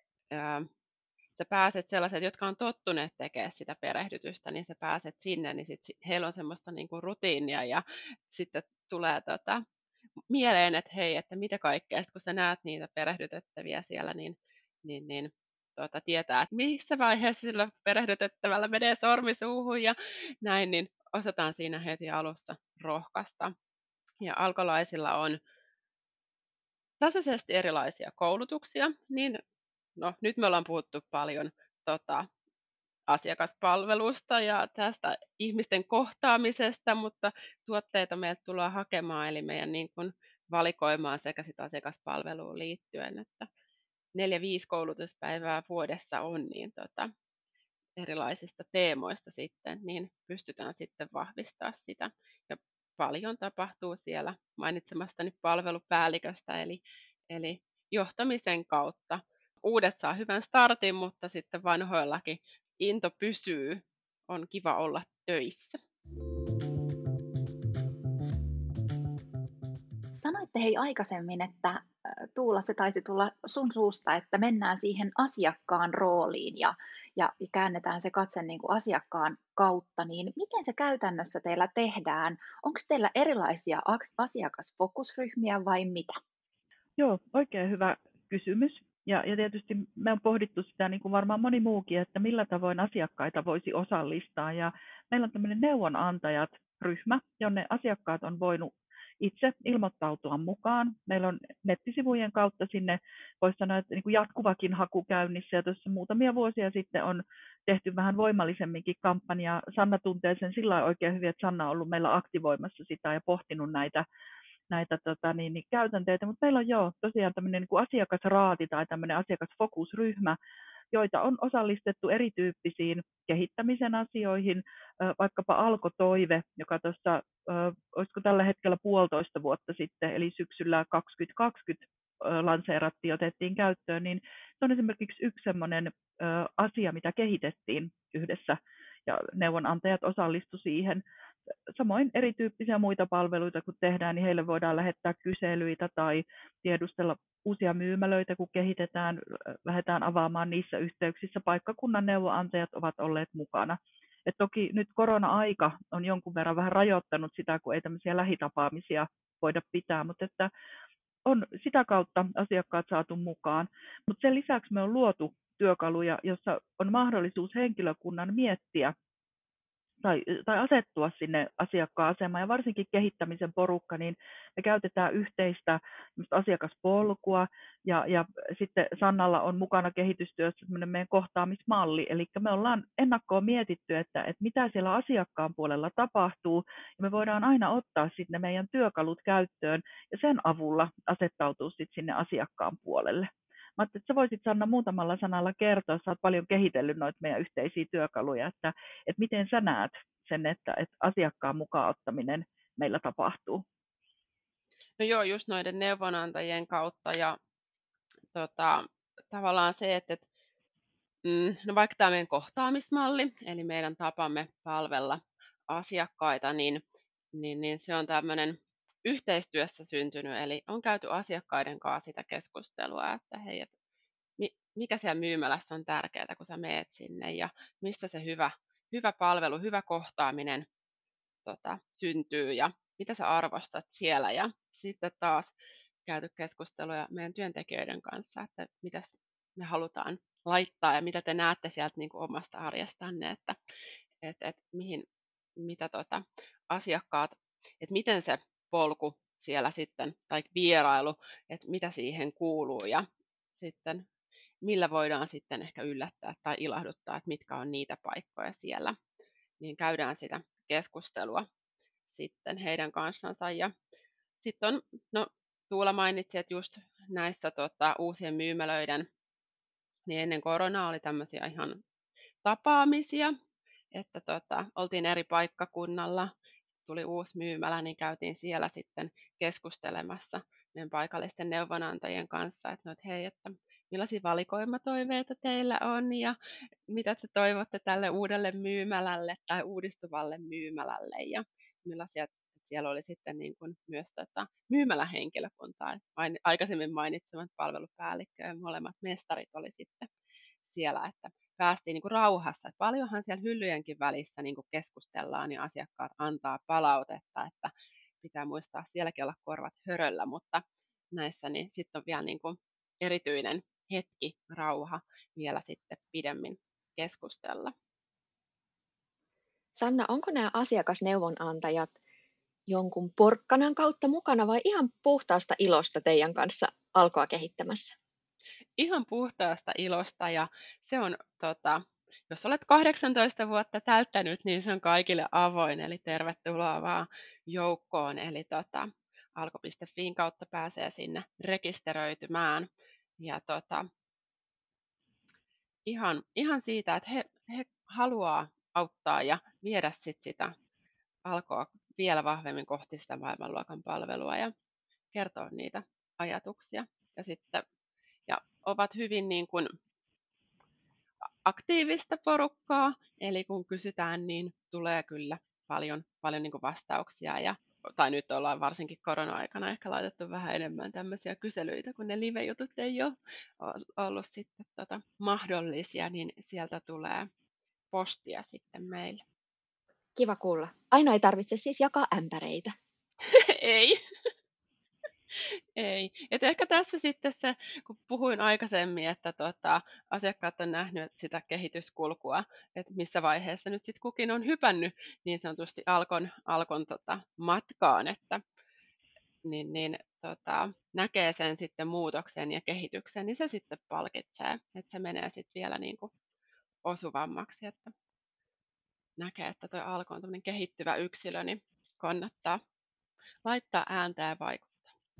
sä pääset sellaiset, jotka on tottuneet tekemään sitä perehdytystä, niin sä pääset sinne, niin sit heillä on semmoista niin kuin rutiinia ja sitten tulee tota, mieleen, että hei, että mitä kaikkea, sit kun sä näet niitä perehdytettäviä siellä, niin, niin, niin tota, tietää, että missä vaiheessa sillä perehdytettävällä menee sormi suuhun ja näin, niin osataan siinä heti alussa rohkaista. Ja alkolaisilla on tasaisesti erilaisia koulutuksia, niin no, nyt me ollaan puhuttu paljon tota, asiakaspalvelusta ja tästä ihmisten kohtaamisesta, mutta tuotteita meiltä tullaan hakemaan, eli meidän niin kuin valikoimaan sekä sitä asiakaspalveluun liittyen, että neljä viisi koulutuspäivää vuodessa on niin tota, erilaisista teemoista sitten, niin pystytään sitten vahvistaa sitä. Ja paljon tapahtuu siellä mainitsemastani palvelupäälliköstä, eli, eli johtamisen kautta. Uudet saa hyvän startin, mutta sitten vanhoillakin into pysyy. On kiva olla töissä. Sanoitte hei aikaisemmin, että äh, Tuula, se taisi tulla sun suusta, että mennään siihen asiakkaan rooliin ja, ja käännetään se katse niin kuin asiakkaan kautta. Niin miten se käytännössä teillä tehdään? Onko teillä erilaisia as- asiakasfokusryhmiä vai mitä? Joo, oikein hyvä kysymys. Ja, ja tietysti me on pohdittu sitä, niin kuin varmaan moni muukin, että millä tavoin asiakkaita voisi osallistaa. Ja meillä on tämmöinen neuvonantajat-ryhmä, jonne asiakkaat on voinut itse ilmoittautua mukaan. Meillä on nettisivujen kautta sinne, voisi sanoa, että niin kuin jatkuvakin haku käynnissä. Ja tuossa muutamia vuosia sitten on tehty vähän voimallisemminkin kampanja. Sanna tuntee sen sillä lailla oikein hyvin, että Sanna on ollut meillä aktivoimassa sitä ja pohtinut näitä näitä tota, niin, niin, käytänteitä, mutta meillä on jo tosiaan tämmöinen niin kuin asiakasraati tai tämmöinen asiakasfokusryhmä, joita on osallistettu erityyppisiin kehittämisen asioihin, vaikkapa Alko-toive, joka tuossa, olisiko tällä hetkellä puolitoista vuotta sitten, eli syksyllä kaksituhattakaksikymmentä lanseerattiin, otettiin käyttöön, niin se on esimerkiksi yksi semmoinen asia, mitä kehitettiin yhdessä, ja neuvonantajat osallistu siihen. Samoin erityyppisiä muita palveluita, kun tehdään, niin heille voidaan lähettää kyselyitä tai tiedustella uusia myymälöitä, kun kehitetään, lähdetään avaamaan niissä yhteyksissä. Paikkakunnan neuvonantajat ovat olleet mukana. Et toki nyt korona-aika on jonkun verran vähän rajoittanut sitä, kun ei tämmöisiä lähitapaamisia voida pitää, mutta että on sitä kautta asiakkaat saatu mukaan. Mutta sen lisäksi me on luotu työkaluja, jossa on mahdollisuus henkilökunnan miettiä Tai, tai asettua sinne asiakkaan asemaan, ja varsinkin kehittämisen porukka, niin me käytetään yhteistä asiakaspolkua, ja, ja sitten Sannalla on mukana kehitystyössä meidän kohtaamismalli, eli me ollaan ennakkoon mietitty, että, että mitä siellä asiakkaan puolella tapahtuu, ja me voidaan aina ottaa sitten meidän työkalut käyttöön, ja sen avulla asettautua sitten sinne asiakkaan puolelle. Mä ajattelin, että sä voisit, Sanna, muutamalla sanalla kertoa, sä oot paljon kehitellyt noita meidän yhteisiä työkaluja, että, että miten sä näet sen, että, että asiakkaan mukaan ottaminen meillä tapahtuu. No joo, just noiden neuvonantajien kautta ja tota, tavallaan se, että, että mm, no vaikka tämä meidän kohtaamismalli, eli meidän tapamme palvella asiakkaita, niin, niin, niin se on tämmöinen yhteistyössä syntynyt, eli on käyty asiakkaiden kanssa sitä keskustelua, että hei, että mikä siellä myymälässä on tärkeää, kun sä meet sinne ja missä se hyvä, hyvä palvelu, hyvä kohtaaminen tota, syntyy ja mitä sä arvostat siellä. Ja sitten taas käyty keskusteluja meidän työntekijöiden kanssa, että mitä me halutaan laittaa ja mitä te näette sieltä niin kuin omasta arjestanne, että et, et, mihin, mitä tota, asiakkaat, että miten se polku siellä sitten, tai vierailu, että mitä siihen kuuluu ja sitten millä voidaan sitten ehkä yllättää tai ilahduttaa, että mitkä on niitä paikkoja siellä, niin käydään sitä keskustelua sitten heidän kanssansa. Ja sitten on, no Tuula mainitsi, että just näissä tota, uusien myymälöiden, niin ennen koronaa oli tämmöisiä ihan tapaamisia, että tota, oltiin eri paikkakunnalla, tuli uusi myymälä, niin käytiin siellä sitten keskustelemassa meidän paikallisten neuvonantajien kanssa, että, no, että hei, että millaisia valikoimatoiveita teillä on ja mitä te toivotte tälle uudelle myymälälle tai uudistuvalle myymälälle ja millaisia, että siellä oli sitten niin kuin myös tota myymälähenkilökuntaa. Main, aikaisemmin mainitsemat palvelupäällikkö ja molemmat mestarit oli sitten siellä, että päästiin niin kuin rauhassa. Että paljonhan siellä hyllyjenkin välissä niin kuin keskustellaan ja asiakkaat antaa palautetta, että pitää muistaa sielläkin olla korvat höröllä, mutta näissä niin sitten on vielä niin kuin erityinen hetki, rauha vielä sitten pidemmin keskustella. Sanna, onko nämä asiakasneuvonantajat jonkun porkkanan kautta mukana vai ihan puhtaasta ilosta teidän kanssa Alkoa kehittämässä? Ihan puhtaasta ilosta ja se on, tota, jos olet kahdeksantoista vuotta täyttänyt, niin se on kaikille avoin, eli tervetuloa vaan joukkoon. Eli tota, alko piste fin kautta pääsee sinne rekisteröitymään. Ja tota, ihan, ihan siitä, että he, he haluaa auttaa ja viedä sit sitä Alkoa vielä vahvemmin kohti sitä maailmanluokan palvelua ja kertoa niitä ajatuksia. Ja sitten ovat hyvin niin kuin aktiivista porukkaa, eli kun kysytään, niin tulee kyllä paljon, paljon niin kuin vastauksia. Ja, tai nyt ollaan varsinkin korona-aikana ehkä laitettu vähän enemmän tämmöisiä kyselyitä, kun ne live-jutut ei ole ollut sitten tota mahdollisia, niin sieltä tulee postia sitten meille. Kiva kuulla. Aina ei tarvitse siis jakaa ämpäreitä. Ei. Ei. Et ehkä tässä sitten se, kun puhuin aikaisemmin, että tota, asiakkaat on nähnyt sitä kehityskulkua, että missä vaiheessa nyt sitten kukin on hypännyt niin sanotusti Alkon, Alkon tota, matkaan, että niin, niin, tota, näkee sen sitten muutoksen ja kehityksen, niin se sitten palkitsee, että se menee sitten vielä niin kuin osuvammaksi, että näkee, että tuo Alko on tämmöinen kehittyvä yksilö, niin kannattaa laittaa ääntä ja vaikuttaa.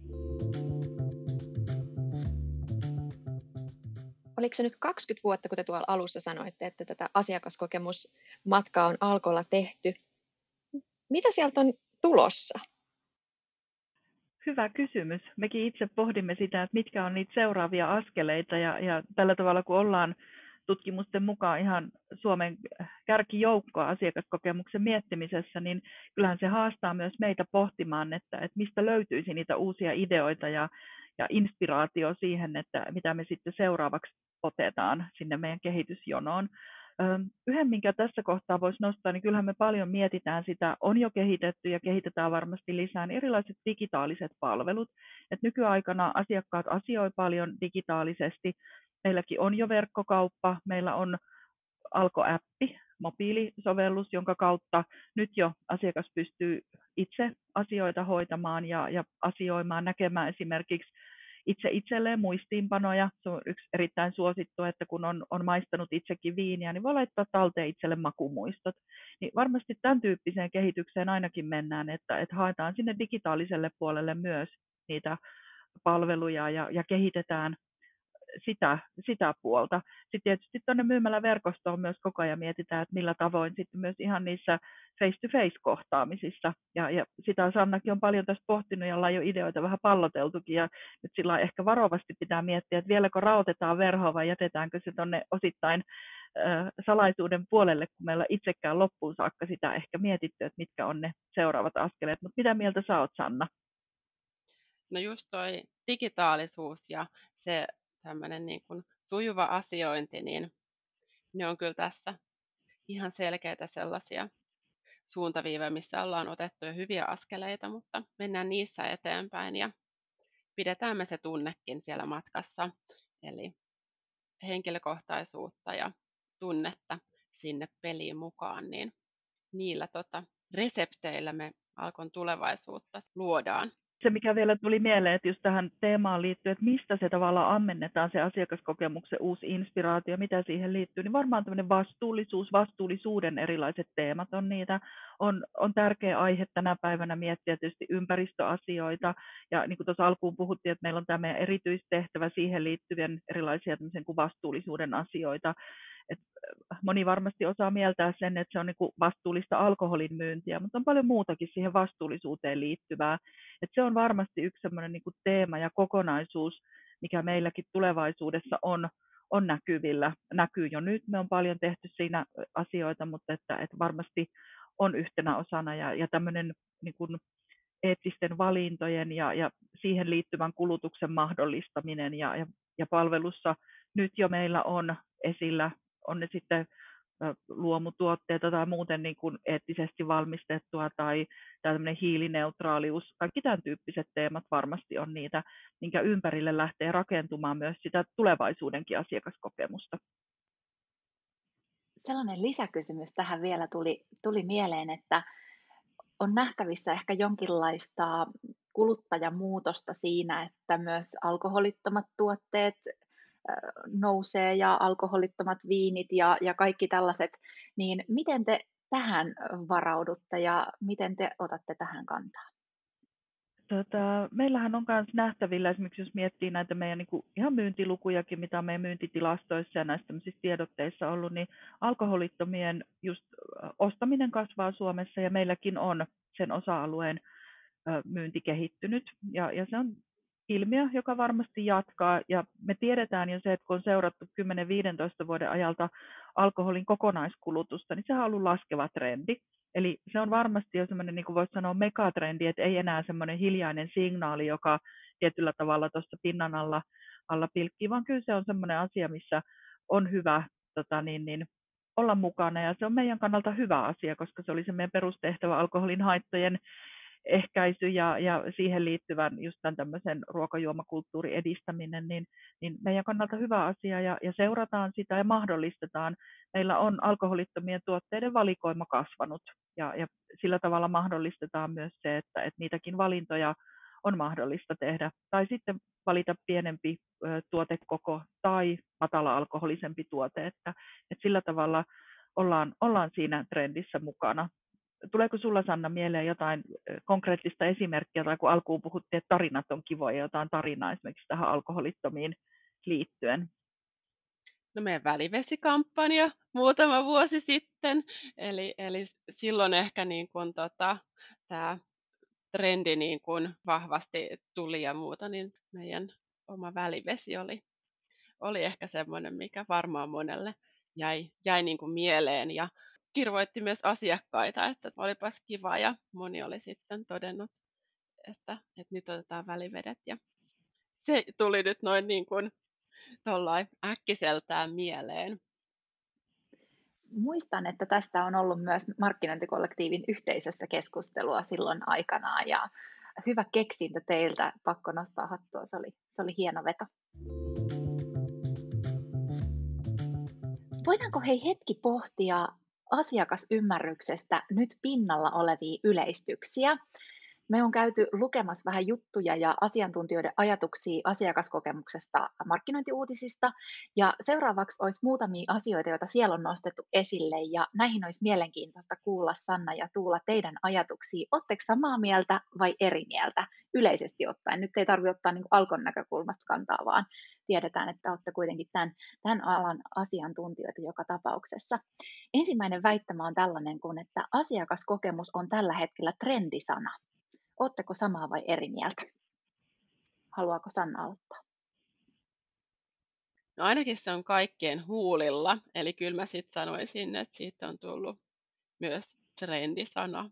Oliko se nyt kaksikymmentä vuotta, kun te tuolla alussa sanoitte, että tätä asiakaskokemusmatkaa on Alkolla tehty? Mitä sieltä on tulossa? Hyvä kysymys. Mekin itse pohdimme sitä, että mitkä on niitä seuraavia askeleita ja, ja tällä tavalla, kun ollaan tutkimusten mukaan ihan Suomen kärkijoukkoa asiakaskokemuksen miettimisessä, niin kyllähän se haastaa myös meitä pohtimaan, että, että mistä löytyisi niitä uusia ideoita ja, ja inspiraatio siihen, että mitä me sitten seuraavaksi otetaan sinne meidän kehitysjonoon. Yhden, minkä tässä kohtaa voisi nostaa, niin kyllähän me paljon mietitään sitä, on jo kehitetty ja kehitetään varmasti lisää, niin erilaiset digitaaliset palvelut. Et nykyaikana asiakkaat asioi paljon digitaalisesti. Meilläkin on jo verkkokauppa, meillä on Alko-appi, mobiilisovellus, jonka kautta nyt jo asiakas pystyy itse asioita hoitamaan ja, ja asioimaan, näkemään esimerkiksi itse itselleen muistiinpanoja. Se on yksi erittäin suosittu, että kun on, on maistanut itsekin viiniä, niin voi laittaa talteen itselle makumuistot. Niin varmasti tämän tyyppiseen kehitykseen ainakin mennään, että, että haetaan sinne digitaaliselle puolelle myös niitä palveluja ja, ja kehitetään sitä, sitä puolta. Sitten tietysti tuonne myymäläverkostoon myös koko ajan mietitään, että millä tavoin sitten myös ihan niissä face-to-face-kohtaamisissa. Ja, ja sitä Sannakin on paljon tässä pohtinut ja ollaan jo ideoita vähän palloteltukin. Ja nyt sillä ehkä varovasti pitää miettiä, että vieläkö raotetaan verhoa vai jätetäänkö se tuonne osittain äh, salaisuuden puolelle, kun meillä itsekään loppuun saakka sitä ehkä mietitty, että mitkä on ne seuraavat askeleet. Mutta mitä mieltä sä oot, Sanna? No just toi digitaalisuus ja se tämmöinen niin kuin sujuva asiointi, niin ne on kyllä tässä ihan selkeitä sellaisia suuntaviivoja, missä ollaan otettu jo hyviä askeleita, mutta mennään niissä eteenpäin ja pidetään me se tunnekin siellä matkassa, eli henkilökohtaisuutta ja tunnetta sinne peliin mukaan, niin niillä tota, resepteillä me Alkon tulevaisuutta luodaan. Se, mikä vielä tuli mieleen, että just tähän teemaan liittyy, että mistä se tavallaan ammennetaan se asiakaskokemuksen uusi inspiraatio, mitä siihen liittyy, niin varmaan tämmöinen vastuullisuus, vastuullisuuden erilaiset teemat on niitä. On, on tärkeä aihe tänä päivänä miettiä tietysti ympäristöasioita, ja niin kuin tuossa alkuun puhuttiin, että meillä on tämä meidän erityistehtävä siihen liittyvien erilaisia kuin vastuullisuuden asioita. Et moni varmasti osaa mieltää sen, että se on niinku vastuullista alkoholin myyntiä, mutta on paljon muutakin siihen vastuullisuuteen liittyvää. Et se on varmasti yksi sellainen niinku teema ja kokonaisuus, mikä meilläkin tulevaisuudessa on, on näkyvillä. Näkyy jo nyt, me on paljon tehty siinä asioita, mutta että, että varmasti on yhtenä osana. Ja, ja tämmöinen niinku eettisten valintojen ja, ja siihen liittyvän kulutuksen mahdollistaminen ja, ja, ja palvelussa nyt jo meillä on esillä, on ne sitten luomutuotteita tai muuten niin kuin eettisesti valmistettua tai tämmöinen hiilineutraalius, kaikki tämän tyyppiset teemat varmasti on niitä, minkä ympärille lähtee rakentumaan myös sitä tulevaisuudenkin asiakaskokemusta. Sellainen lisäkysymys tähän vielä tuli, tuli mieleen, että on nähtävissä ehkä jonkinlaista kuluttajamuutosta siinä, että myös alkoholittomat tuotteet nousee ja alkoholittomat viinit ja, ja kaikki tällaiset, niin miten te tähän varaudutte ja miten te otatte tähän kantaa? Tota, meillähän on myös nähtävillä, esimerkiksi jos miettii näitä meidän niin kuin ihan myyntilukujakin, mitä on meidän myyntitilastoissa ja näissä tiedotteissa ollut, niin alkoholittomien just ostaminen kasvaa Suomessa ja meilläkin on sen osa-alueen myynti kehittynyt ja, ja se on ilmiö, joka varmasti jatkaa, ja me tiedetään jo se, että kun on seurattu kymmenen viisitoista vuoden ajalta alkoholin kokonaiskulutusta, niin sehän on ollut laskeva trendi. Eli se on varmasti jo semmoinen, niin kuin voisi sanoa, megatrendi, että ei enää semmoinen hiljainen signaali, joka tietyllä tavalla tuossa pinnan alla, alla pilkkii, vaan kyllä se on semmoinen asia, missä on hyvä tota niin, niin, olla mukana, ja se on meidän kannalta hyvä asia, koska se oli se meidän perustehtävä alkoholin haittojen ehkäisy ja, ja siihen liittyvän just tämän tämmöisen ruokajuomakulttuurin edistäminen, niin, niin meidän kannalta hyvä asia ja, ja seurataan sitä ja mahdollistetaan. Meillä on alkoholittomien tuotteiden valikoima kasvanut ja, ja sillä tavalla mahdollistetaan myös se, että, että niitäkin valintoja on mahdollista tehdä. Tai sitten valita pienempi ö, tuotekoko tai matala-alkoholisempi tuote, että, että sillä tavalla ollaan, ollaan siinä trendissä mukana. Tuleeko sulla, Sanna, mieleen jotain konkreettista esimerkkiä, tai kun alkuun puhuttiin, että tarinat on kivoja, jotain tarinaa esimerkiksi tähän alkoholittomiin liittyen? No meidän välivesikampanja muutama vuosi sitten, eli, eli silloin ehkä niin kuin tota, tämä trendi niin kuin vahvasti tuli ja muuta, niin meidän oma välivesi oli, oli ehkä semmoinen, mikä varmaan monelle jäi, jäi niin kuin mieleen ja kirvoitti myös asiakkaita, että olipas kiva ja moni oli sitten todennut, että, että nyt otetaan välivedet ja se tuli nyt noin niin kuin tollain äkkiseltään mieleen. Muistan, että tästä on ollut myös markkinointikollektiivin yhteisössä keskustelua silloin aikanaan ja hyvä keksintö teiltä, pakko nostaa hattua, se oli, se oli hieno veto. Voidaanko hei hetki pohtia asiakasymmärryksestä nyt pinnalla olevia yleistyksiä? Me on käyty lukemassa vähän juttuja ja asiantuntijoiden ajatuksia asiakaskokemuksesta markkinointiuutisista, ja seuraavaksi olisi muutamia asioita, joita siellä on nostettu esille, ja näihin olisi mielenkiintoista kuulla, Sanna ja Tuula, teidän ajatuksia. Oletteko samaa mieltä vai eri mieltä yleisesti ottaen? Nyt ei tarvitse ottaa niin kuin Alkon näkökulmasta kantaa, vaan tiedetään, että olette kuitenkin tämän, tämän alan asiantuntijoita joka tapauksessa. Ensimmäinen väittämä on tällainen kuin, että asiakaskokemus on tällä hetkellä trendisana. Oletteko samaa vai eri mieltä? Haluaako Sanna aloittaa? No ainakin se on kaikkien huulilla, eli kyllä mä sitten sanoisin, että siitä on tullut myös trendisana.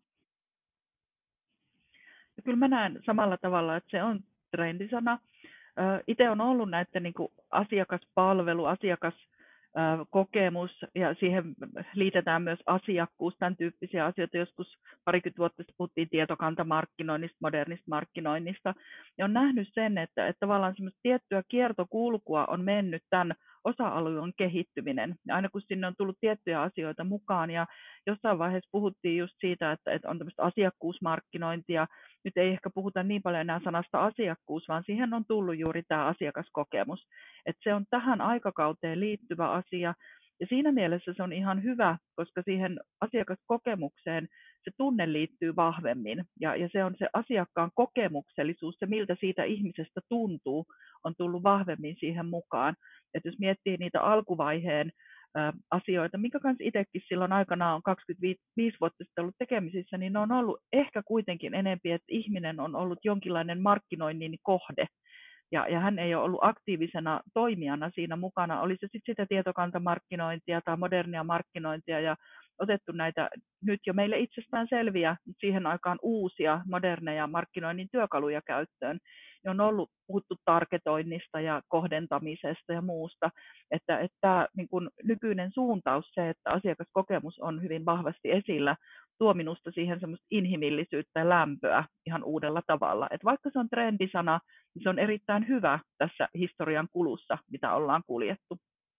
Ja kyllä mä näen samalla tavalla, että se on trendisana. Itse on ollut näiden niin kuin asiakaspalvelu, asiakaskokemus ja siihen liitetään myös asiakkuus, tämän tyyppisiä asioita. Joskus parikymmentä vuotta sitten puhuttiin tietokantamarkkinoinnista, modernista markkinoinnista. Ja on nähnyt sen, että, että tavallaan semmoista tiettyä kiertokulkua on mennyt tämän osa-alueen kehittyminen. Ja aina kun sinne on tullut tiettyjä asioita mukaan ja jossain vaiheessa puhuttiin just siitä, että, että on tämmöistä asiakkuusmarkkinointia. Nyt ei ehkä puhuta niin paljon enää sanasta asiakkuus, vaan siihen on tullut juuri tämä asiakaskokemus. Että se on tähän aikakauteen liittyvä asia. Ja siinä mielessä se on ihan hyvä, koska siihen asiakaskokemukseen se tunne liittyy vahvemmin. Ja, ja se on se asiakkaan kokemuksellisuus, se miltä siitä ihmisestä tuntuu, on tullut vahvemmin siihen mukaan. Että jos miettii niitä alkuvaiheen ä, asioita, minkä kanssa itsekin silloin aikanaan on kaksikymmentäviisi vuotta sitten ollut tekemisissä, niin ne on ollut ehkä kuitenkin enempi, että ihminen on ollut jonkinlainen markkinoinnin kohde. Ja, ja hän ei ole ollut aktiivisena toimijana siinä mukana. Oli se sitten sitä tietokantamarkkinointia tai modernia markkinointia ja otettu näitä nyt jo meille itsestään selviä, mutta siihen aikaan uusia moderneja markkinoinnin työkaluja käyttöön. Ja on ollut puhuttu targetoinnista ja kohdentamisesta ja muusta, että, että tämä niin kuin nykyinen suuntaus, se, että asiakaskokemus on hyvin vahvasti esillä, tuo minusta siihen semmoista inhimillisyyttä ja lämpöä ihan uudella tavalla. Et vaikka se on trendisana, niin se on erittäin hyvä tässä historian kulussa, mitä ollaan kuljettu.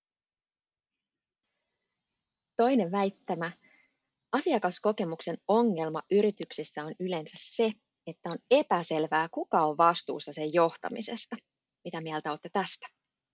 Toinen väittämä. Asiakaskokemuksen ongelma yrityksissä on yleensä se, että on epäselvää, kuka on vastuussa sen johtamisesta. Mitä mieltä olette tästä?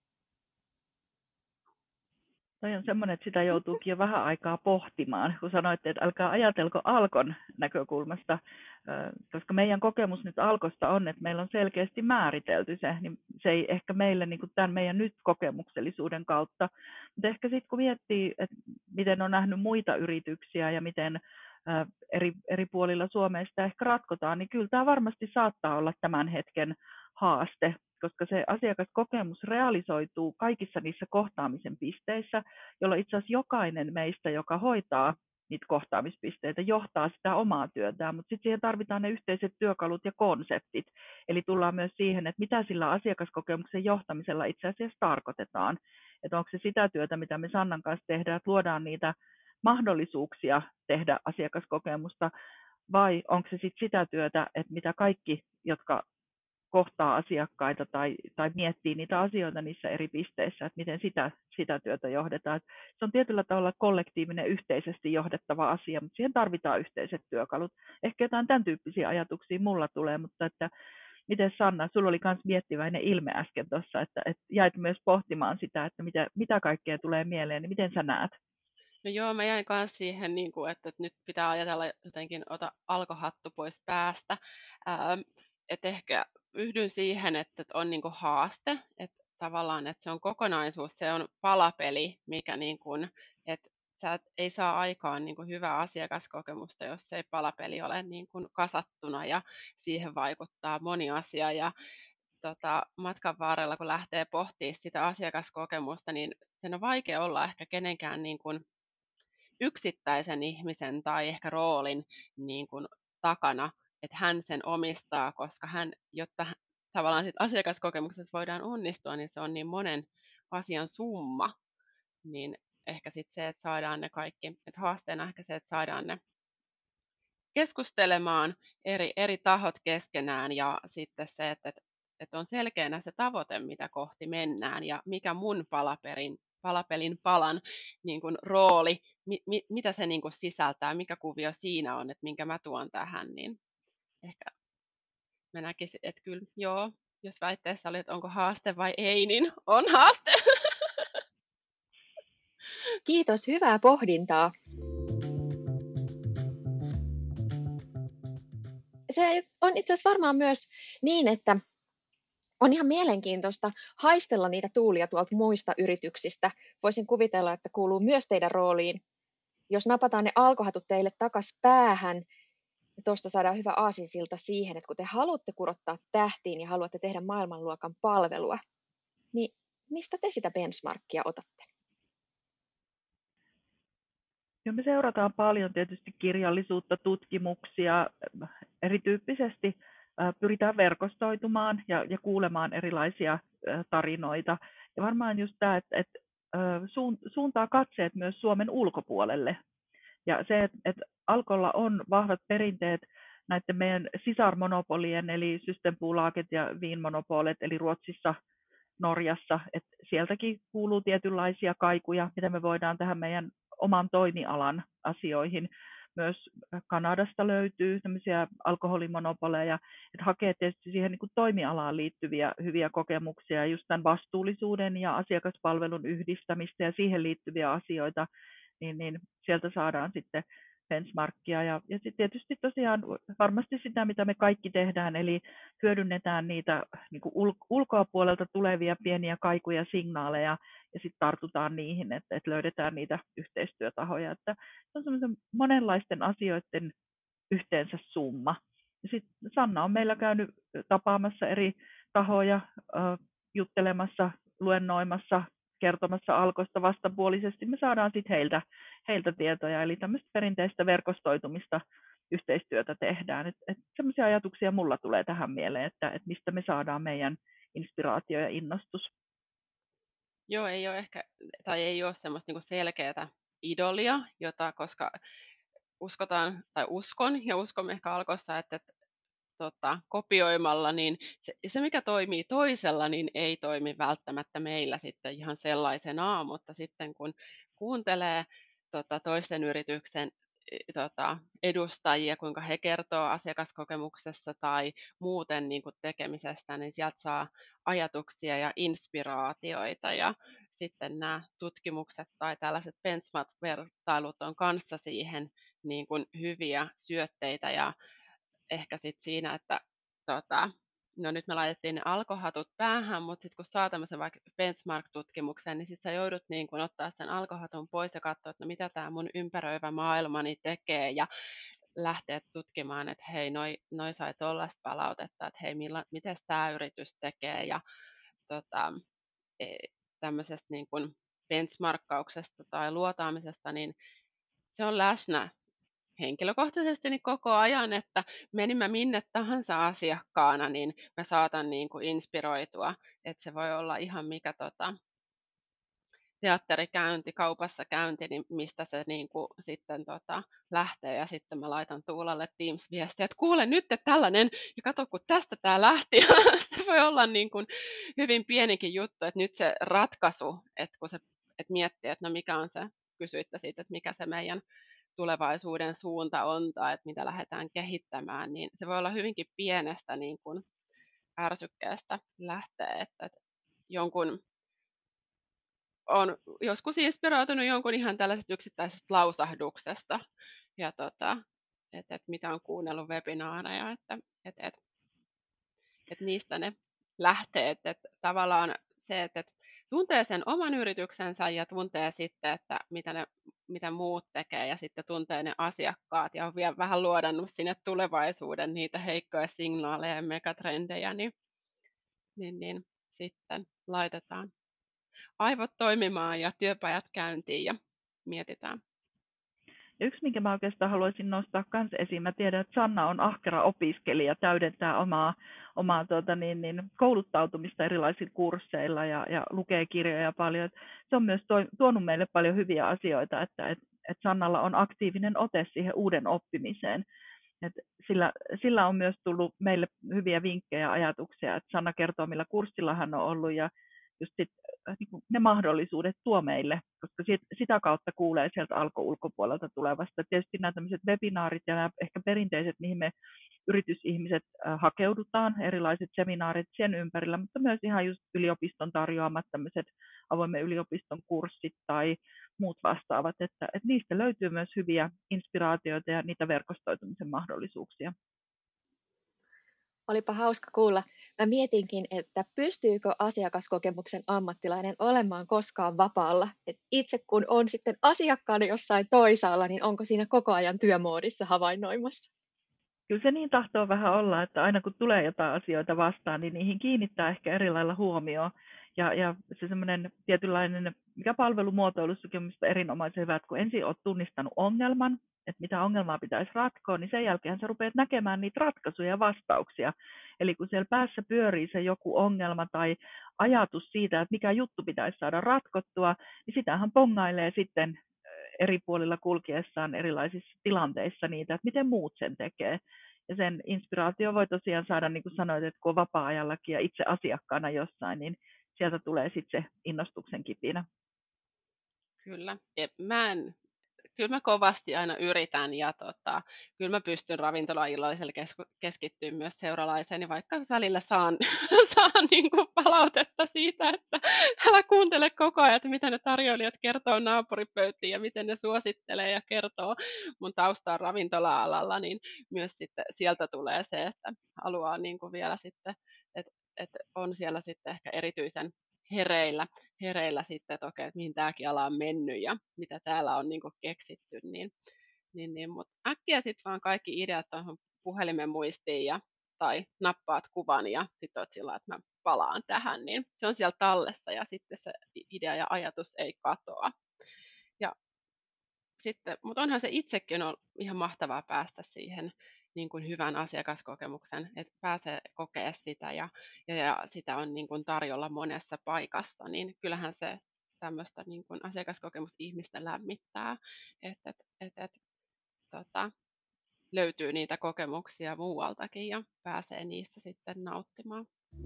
Toi on semmoinen, että sitä joutuukin jo vähän aikaa pohtimaan, kun sanoitte, että älkää ajatelko Alkon näkökulmasta, koska meidän kokemus nyt Alkosta on, että meillä on selkeästi määritelty se, niin se ei ehkä meille niin kuin tämän meidän nyt kokemuksellisuuden kautta, mutta ehkä sitten kun miettii, että miten on nähnyt muita yrityksiä ja miten eri, eri puolilla Suomea sitä ehkä ratkotaan, niin kyllä tämä varmasti saattaa olla tämän hetken haaste, koska se asiakaskokemus realisoituu kaikissa niissä kohtaamisen pisteissä, jolloin itse asiassa jokainen meistä, joka hoitaa niitä kohtaamispisteitä, johtaa sitä omaa työtään, mutta sitten siihen tarvitaan ne yhteiset työkalut ja konseptit. Eli tullaan myös siihen, että mitä sillä asiakaskokemuksen johtamisella itse asiassa tarkoitetaan. Että onko se sitä työtä, mitä me Sannan kanssa tehdään, että luodaan niitä mahdollisuuksia tehdä asiakaskokemusta, vai onko se sitten sitä työtä, että mitä kaikki, jotka kohtaa asiakkaita tai, tai miettii niitä asioita niissä eri pisteissä, että miten sitä, sitä työtä johdetaan. Se on tietyllä tavalla kollektiivinen, yhteisesti johdettava asia, mutta siihen tarvitaan yhteiset työkalut. Ehkä jotain tämän tyyppisiä ajatuksia mulla tulee, mutta että miten Sanna, sulla oli myös miettiväinen ilme äsken tuossa, että, että jäit myös pohtimaan sitä, että mitä, mitä kaikkea tulee mieleen, niin miten sä näet? No joo, mä jäin kanssa siihen, niin kuin, että, että nyt pitää ajatella jotenkin, ota alkohattu pois päästä. Ähm, että ehkä yhdyn siihen, että on niin kuin haaste, että tavallaan, että se on kokonaisuus, se on palapeli, mikä niin kuin, että sä et, ei saa aikaan niin kuin hyvää asiakaskokemusta, jos ei palapeli ole niin kuin kasattuna ja siihen vaikuttaa moni asia. Ja tota, matkan varrella, kun lähtee pohtimaan sitä asiakaskokemusta, niin sen on vaikea olla ehkä kenenkään niin kuin yksittäisen ihmisen tai ehkä roolin niin kuin takana, että hän sen omistaa, koska hän, jotta tavallaan sit asiakaskokemuksessa voidaan onnistua, niin se on niin monen asian summa, niin ehkä sitten se, että saadaan ne kaikki, että haasteena ehkä se, että saadaan ne keskustelemaan eri, eri tahot keskenään ja sitten se, että, että, että on selkeänä se tavoite, mitä kohti mennään ja mikä mun palaperin, palapelin palan niin kuin rooli, mi, mi, mitä se niin kuin sisältää, mikä kuvio siinä on, että minkä mä tuon tähän, niin ehkä mä näkisin, että kyllä joo, jos väitteessä oli, että onko haaste vai ei, niin on haaste. Kiitos, hyvää pohdintaa. Se on itse asiassa varmaan myös niin, että on ihan mielenkiintoista haistella niitä tuulia tuolta muista yrityksistä. Voisin kuvitella, että kuuluu myös teidän rooliin. Jos napataan ne alkohatut teille takas päähän, ja tuosta saadaan hyvä aasinsilta siihen, että kun te haluatte kurottaa tähtiin ja haluatte tehdä maailmanluokan palvelua, niin mistä te sitä benchmarkia otatte? Ja me seurataan paljon tietysti kirjallisuutta, tutkimuksia, erityyppisesti pyritään verkostoitumaan ja, ja kuulemaan erilaisia tarinoita. Ja varmaan just tämä, että, että suuntaa katseet myös Suomen ulkopuolelle. Ja se, että, että Alkolla on vahvat perinteet näiden meidän sisarmonopolien, eli Systembolaget ja Vinmonopolet, eli Ruotsissa, Norjassa, että sieltäkin kuuluu tietynlaisia kaikuja, mitä me voidaan tähän meidän oman toimialan asioihin. Myös Kanadasta löytyy tämmöisiä alkoholimonopoleja, että hakee tietysti siihen niin kuin toimialaan liittyviä hyviä kokemuksia, just tämän vastuullisuuden ja asiakaspalvelun yhdistämistä ja siihen liittyviä asioita, niin, niin sieltä saadaan sitten benchmarkkia. Ja, ja sitten tietysti tosiaan varmasti sitä, mitä me kaikki tehdään, eli hyödynnetään niitä niin kuin ul- ulkoa puolelta tulevia pieniä kaikuja, signaaleja, ja sitten tartutaan niihin, että, että löydetään niitä yhteistyötahoja. Että se on semmoisen monenlaisten asioiden yhteensä summa. Ja sitten Sanna on meillä käynyt tapaamassa eri tahoja, äh, juttelemassa, luennoimassa, kertomassa Alkosta vastapuolisesti. Me saadaan sitten heiltä, heiltä tietoja, eli tämmöistä perinteistä verkostoitumista, yhteistyötä tehdään. Et, et sellaisia ajatuksia mulla tulee tähän mieleen, että et mistä me saadaan meidän inspiraatio ja innostus. Joo, ei ole ehkä, tai ei ole semmoista niinku selkeää idolia, jota, koska uskotaan, tai uskon, ja uskomme ehkä Alkossa, että, että tota, kopioimalla, niin se, se, mikä toimii toisella, niin ei toimi välttämättä meillä sitten ihan sellaisenaan, mutta sitten kun kuuntelee tota, toisen yrityksen tota, edustajia, kuinka he kertoo asiakaskokemuksessa tai muuten niin kuin tekemisestä, niin sieltä saa ajatuksia ja inspiraatioita ja sitten nämä tutkimukset tai tällaiset benchmark-vertailut on kanssa siihen niin kuin hyviä syötteitä ja ehkä sitten siinä, että tota, no nyt me laitettiin ne alkohatut päähän, mutta sitten kun saa tämmöisen vaikka benchmark-tutkimuksen, niin sitten sä joudut niin kun ottaa sen alkohatun pois ja katsoa, että no mitä tämä mun ympäröivä maailmani tekee ja lähteä tutkimaan, että hei, noi, noi sai tuollaista palautetta, että hei, miten tämä yritys tekee, ja tota, e, tämmöisestä niin kuin benchmarkkauksesta tai luotaamisesta, niin se on läsnä henkilökohtaisesti niin koko ajan, että menimme minne tahansa asiakkaana, niin mä saatan niin kuin inspiroitua, että se voi olla ihan mikä tota, teatterikäynti, kaupassa käynti, niin mistä se niin kuin sitten tota, lähtee, ja sitten mä laitan Tuulalle Teams-viestiä, että kuule nyt että tällainen, ja kato kun tästä tämä lähti, se voi olla niin kuin hyvin pienikin juttu, että nyt se ratkaisu, että kun se että miettii, että no mikä on se, kysyitte siitä, että mikä se meidän tulevaisuuden suunta on, tai että mitä lähdetään kehittämään, niin se voi olla hyvinkin pienestä niin kuin ärsykkeestä lähteä, että, että jonkun on joskus inspiroitunut jonkun ihan tällaisesta yksittäisestä lausahduksesta, ja tota, että et mitä on kuunnellut webinaareja, että et, et, et niistä ne lähtee, että et tavallaan se, että et tuntee sen oman yrityksensä ja tuntee sitten, että mitä, ne, mitä muut tekee, ja sitten tuntee ne asiakkaat ja on vielä vähän luodannut sinne tulevaisuuden niitä heikkoja signaaleja ja megatrendejä, niin, niin, niin sitten laitetaan aivot toimimaan ja työpajat käyntiin ja mietitään. Ja yksi, minkä mä oikeastaan haluaisin nostaa myös esiin, mä tiedän, että Sanna on ahkera opiskelija, täydentää omaa, omaa tuota, niin, niin, kouluttautumista erilaisilla kursseilla ja, ja lukee kirjoja paljon. Et se on myös toi, tuonut meille paljon hyviä asioita, että et, et Sannalla on aktiivinen ote siihen uuden oppimiseen. Et sillä, sillä on myös tullut meille hyviä vinkkejä ja ajatuksia, että Sanna kertoo, millä kurssilla hän on ollut, ja just sit, niin ne mahdollisuudet tuo meille, koska sit, sitä kautta kuulee sieltä alko-ulkopuolelta tulevasta. Tietysti nämä tämmöiset webinaarit ja nämä ehkä perinteiset, mihin me yritysihmiset hakeudutaan, erilaiset seminaarit sen ympärillä, mutta myös ihan just yliopiston tarjoamat tämmöiset avoimen yliopiston kurssit tai muut vastaavat, että, että niistä löytyy myös hyviä inspiraatioita ja niitä verkostoitumisen mahdollisuuksia. Olipa hauska kuulla. Mä mietinkin, että pystyykö asiakaskokemuksen ammattilainen olemaan koskaan vapaalla. Et itse kun on sitten asiakkaana jossain toisaalla, niin onko siinä koko ajan työmoodissa havainnoimassa? Kyllä se niin tahtoo vähän olla, että aina kun tulee jotain asioita vastaan, niin niihin kiinnittää ehkä eri lailla huomioon. Ja, ja se semmoinen tietynlainen, mikä palvelumuotoilussakin on minusta erinomaisen hyvä, että kun ensin olet tunnistanut ongelman, että mitä ongelmaa pitäisi ratkoa, niin sen jälkeen sä rupeat näkemään niitä ratkaisuja ja vastauksia. Eli kun siellä päässä pyörii se joku ongelma tai ajatus siitä, että mikä juttu pitäisi saada ratkottua, niin sitähän pongailee sitten eri puolilla kulkiessaan erilaisissa tilanteissa niitä, että miten muut sen tekee. Ja sen inspiraatio voi tosiaan saada, niin kuin sanoit, että kun on vapaa-ajallakin ja itse asiakkaana jossain, niin sieltä tulee sitten se innostuksen kipinä. Kyllä. Mä en, kyllä mä kovasti aina yritän, ja tota, kyllä mä pystyn ravintolaillallisella keskittyä myös seuralaiseen, niin vaikka välillä saan, saan niin kuin palautetta siitä, että älä kuuntele koko ajan, että mitä ne tarjoilijat kertoo naapuripöytiin ja miten ne suosittelee ja kertoo mun taustaa ravintola-alalla, niin myös sitten sieltä tulee se, että haluaa niin kuin vielä sitten, että, että on siellä sitten ehkä erityisen hereillä, hereillä sitten, että okei, että mihin tämäkin ala on mennyt ja mitä täällä on niin kuin keksitty, niin, niin, niin mutta äkkiä sitten vaan kaikki ideat tuohon puhelimen muistiin ja, tai nappaat kuvan ja sitten olet sillä, että mä palaan tähän, niin se on siellä tallessa ja sitten se idea ja ajatus ei katoa. Ja sitten, mutta onhan se itsekin on ihan mahtavaa päästä siihen niin kuin hyvän asiakaskokemuksen, että pääsee kokea sitä ja, ja, ja sitä on niin kuin tarjolla monessa paikassa, niin kyllähän se tämmöistä niin kuin asiakaskokemus ihmistä lämmittää, että et, et, et, tota, löytyy niitä kokemuksia muualtakin ja pääsee niistä sitten nauttimaan.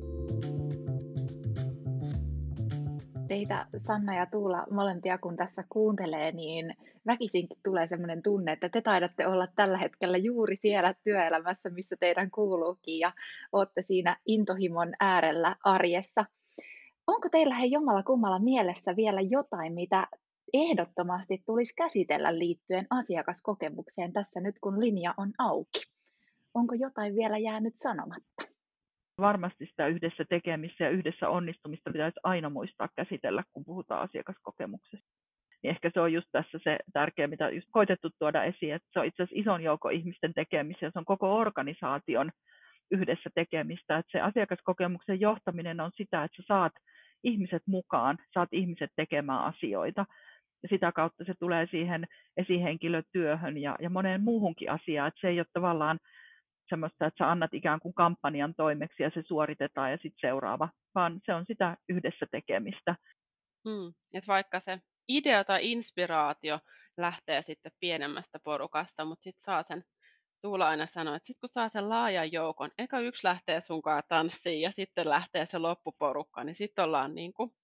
Teitä Sanna ja Tuula molempia kun tässä kuuntelee, niin väkisinkin tulee sellainen tunne, että te taidatte olla tällä hetkellä juuri siellä työelämässä, missä teidän kuuluukin, ja olette siinä intohimon äärellä arjessa. Onko teillä he jommalla kummalla mielessä vielä jotain, mitä ehdottomasti tulisi käsitellä liittyen asiakaskokemukseen tässä nyt, kun linja on auki? Onko jotain vielä jäänyt sanomatta? Varmasti sitä yhdessä tekemistä ja yhdessä onnistumista pitäisi aina muistaa käsitellä, kun puhutaan asiakaskokemuksesta. niin ehkä se on just tässä se tärkeä, mitä just koitettu tuoda esiin, että se on itse asiassa ison joukon ihmisten tekemisiä, se on koko organisaation yhdessä tekemistä, että se asiakaskokemuksen johtaminen on sitä, että sä saat ihmiset mukaan, saat ihmiset tekemään asioita, ja sitä kautta se tulee siihen esihenkilötyöhön ja, ja moneen muuhunkin asiaan, että se ei ole tavallaan semmoista, että sä annat ikään kuin kampanjan toimeksi ja se suoritetaan ja sitten seuraava, vaan se on sitä yhdessä tekemistä. Mm. Et vaikka se idea tai inspiraatio lähtee sitten pienemmästä porukasta, mutta sitten saa sen, Tuula aina sanoo, että sitten kun saa sen laajan joukon, eka yksi lähtee sunkaan tanssiin ja sitten lähtee se loppuporukka, niin sitten ollaan niin kuin,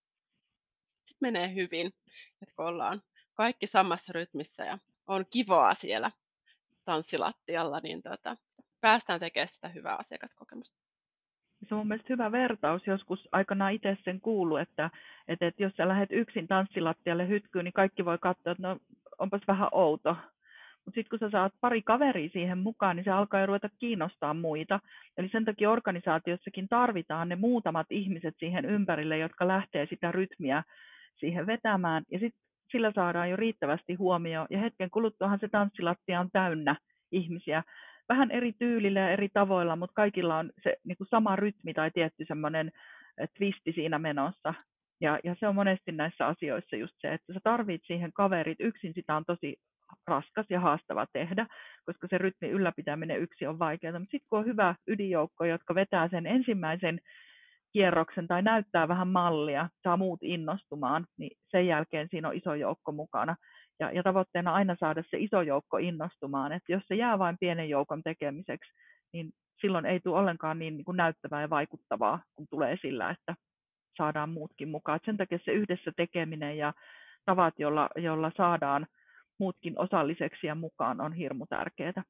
sit menee hyvin, että kun ollaan kaikki samassa rytmissä ja on kivaa siellä tanssilattialla, niin tota, päästään tekemään sitä hyvää asiakaskokemusta. Se on mun mielestä hyvä vertaus. Joskus aikanaan itse sen kuullut, että, että, että jos sä lähdet yksin tanssilattialle hytkyyn, niin kaikki voi katsoa, että no onpas vähän outo. Mutta sitten kun sä saat pari kaveria siihen mukaan, niin se alkaa jo ruveta kiinnostaa muita. Eli sen takia organisaatiossakin tarvitaan ne muutamat ihmiset siihen ympärille, jotka lähtee sitä rytmiä siihen vetämään. Ja sitten sillä saadaan jo riittävästi huomioon. Ja hetken kuluttuahan se tanssilattia on täynnä ihmisiä. Vähän eri tyylillä ja eri tavoilla, mutta kaikilla on se niin kuin sama rytmi tai tietty semmoinen twisti siinä menossa. Ja, ja se on monesti näissä asioissa just se, että sä tarvit siihen kaverit. Yksin sitä on tosi raskas ja haastava tehdä, koska se rytmin ylläpitäminen yksin on vaikeaa. Mutta sitten kun on hyvä ydinjoukko, jotka vetää sen ensimmäisen kierroksen tai näyttää vähän mallia, saa muut innostumaan, niin sen jälkeen siinä on iso joukko mukana. Ja, ja tavoitteena aina saada se iso joukko innostumaan, että jos se jää vain pienen joukon tekemiseksi, niin silloin ei tule ollenkaan niin, niin kuin näyttävää ja vaikuttavaa, kun tulee sillä, että saadaan muutkin mukaan. Et sen takia se yhdessä tekeminen ja tavat, jolla, jolla saadaan muutkin osalliseksi ja mukaan, on hirmu tärkeää.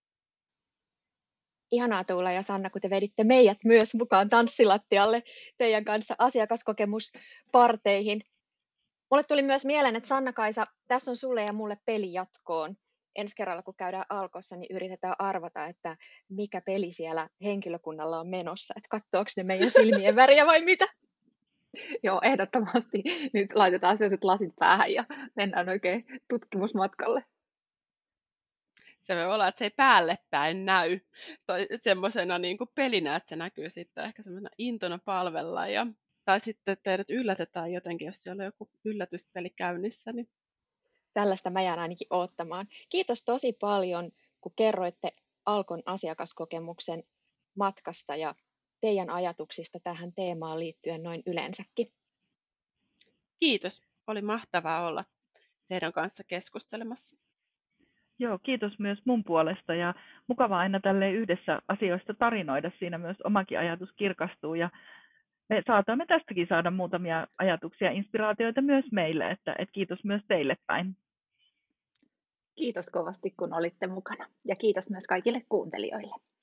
Ihanaa Tuula ja Sanna, kun te veditte meidät myös mukaan tanssilattialle teidän kanssa asiakaskokemusparteihin. Mulle tuli myös mieleen, että Sanna-Kaisa, tässä on sulle ja mulle peli jatkoon. Ensi kerralla, kun käydään Alkossa, niin yritetään arvata, että mikä peli siellä henkilökunnalla on menossa. Että katsoako ne meidän silmien väriä vai mitä? Joo, ehdottomasti. Nyt laitetaan sellaiset lasit päähän ja mennään oikein tutkimusmatkalle. Se voi olla, että se ei päälle päin näy tai semmoisena niin kuin pelinä, että se näkyy sitten ehkä semmoisena intona palvella. Ja, tai sitten teidät yllätetään jotenkin, jos siellä on joku yllätyspeli käynnissä. Niin... Tällaista mä jään ainakin odottamaan. Kiitos tosi paljon, kun kerroitte Alkon asiakaskokemuksen matkasta ja teidän ajatuksista tähän teemaan liittyen noin yleensäkin. Kiitos. Oli mahtavaa olla teidän kanssa keskustelemassa. Joo, kiitos myös mun puolesta ja mukavaa aina tälleen yhdessä asioista tarinoida. Siinä myös omakin ajatus kirkastuu ja me saatamme tästäkin saada muutamia ajatuksia ja inspiraatioita myös meille, että, että kiitos myös teille päin. Kiitos kovasti, kun olitte mukana ja kiitos myös kaikille kuuntelijoille.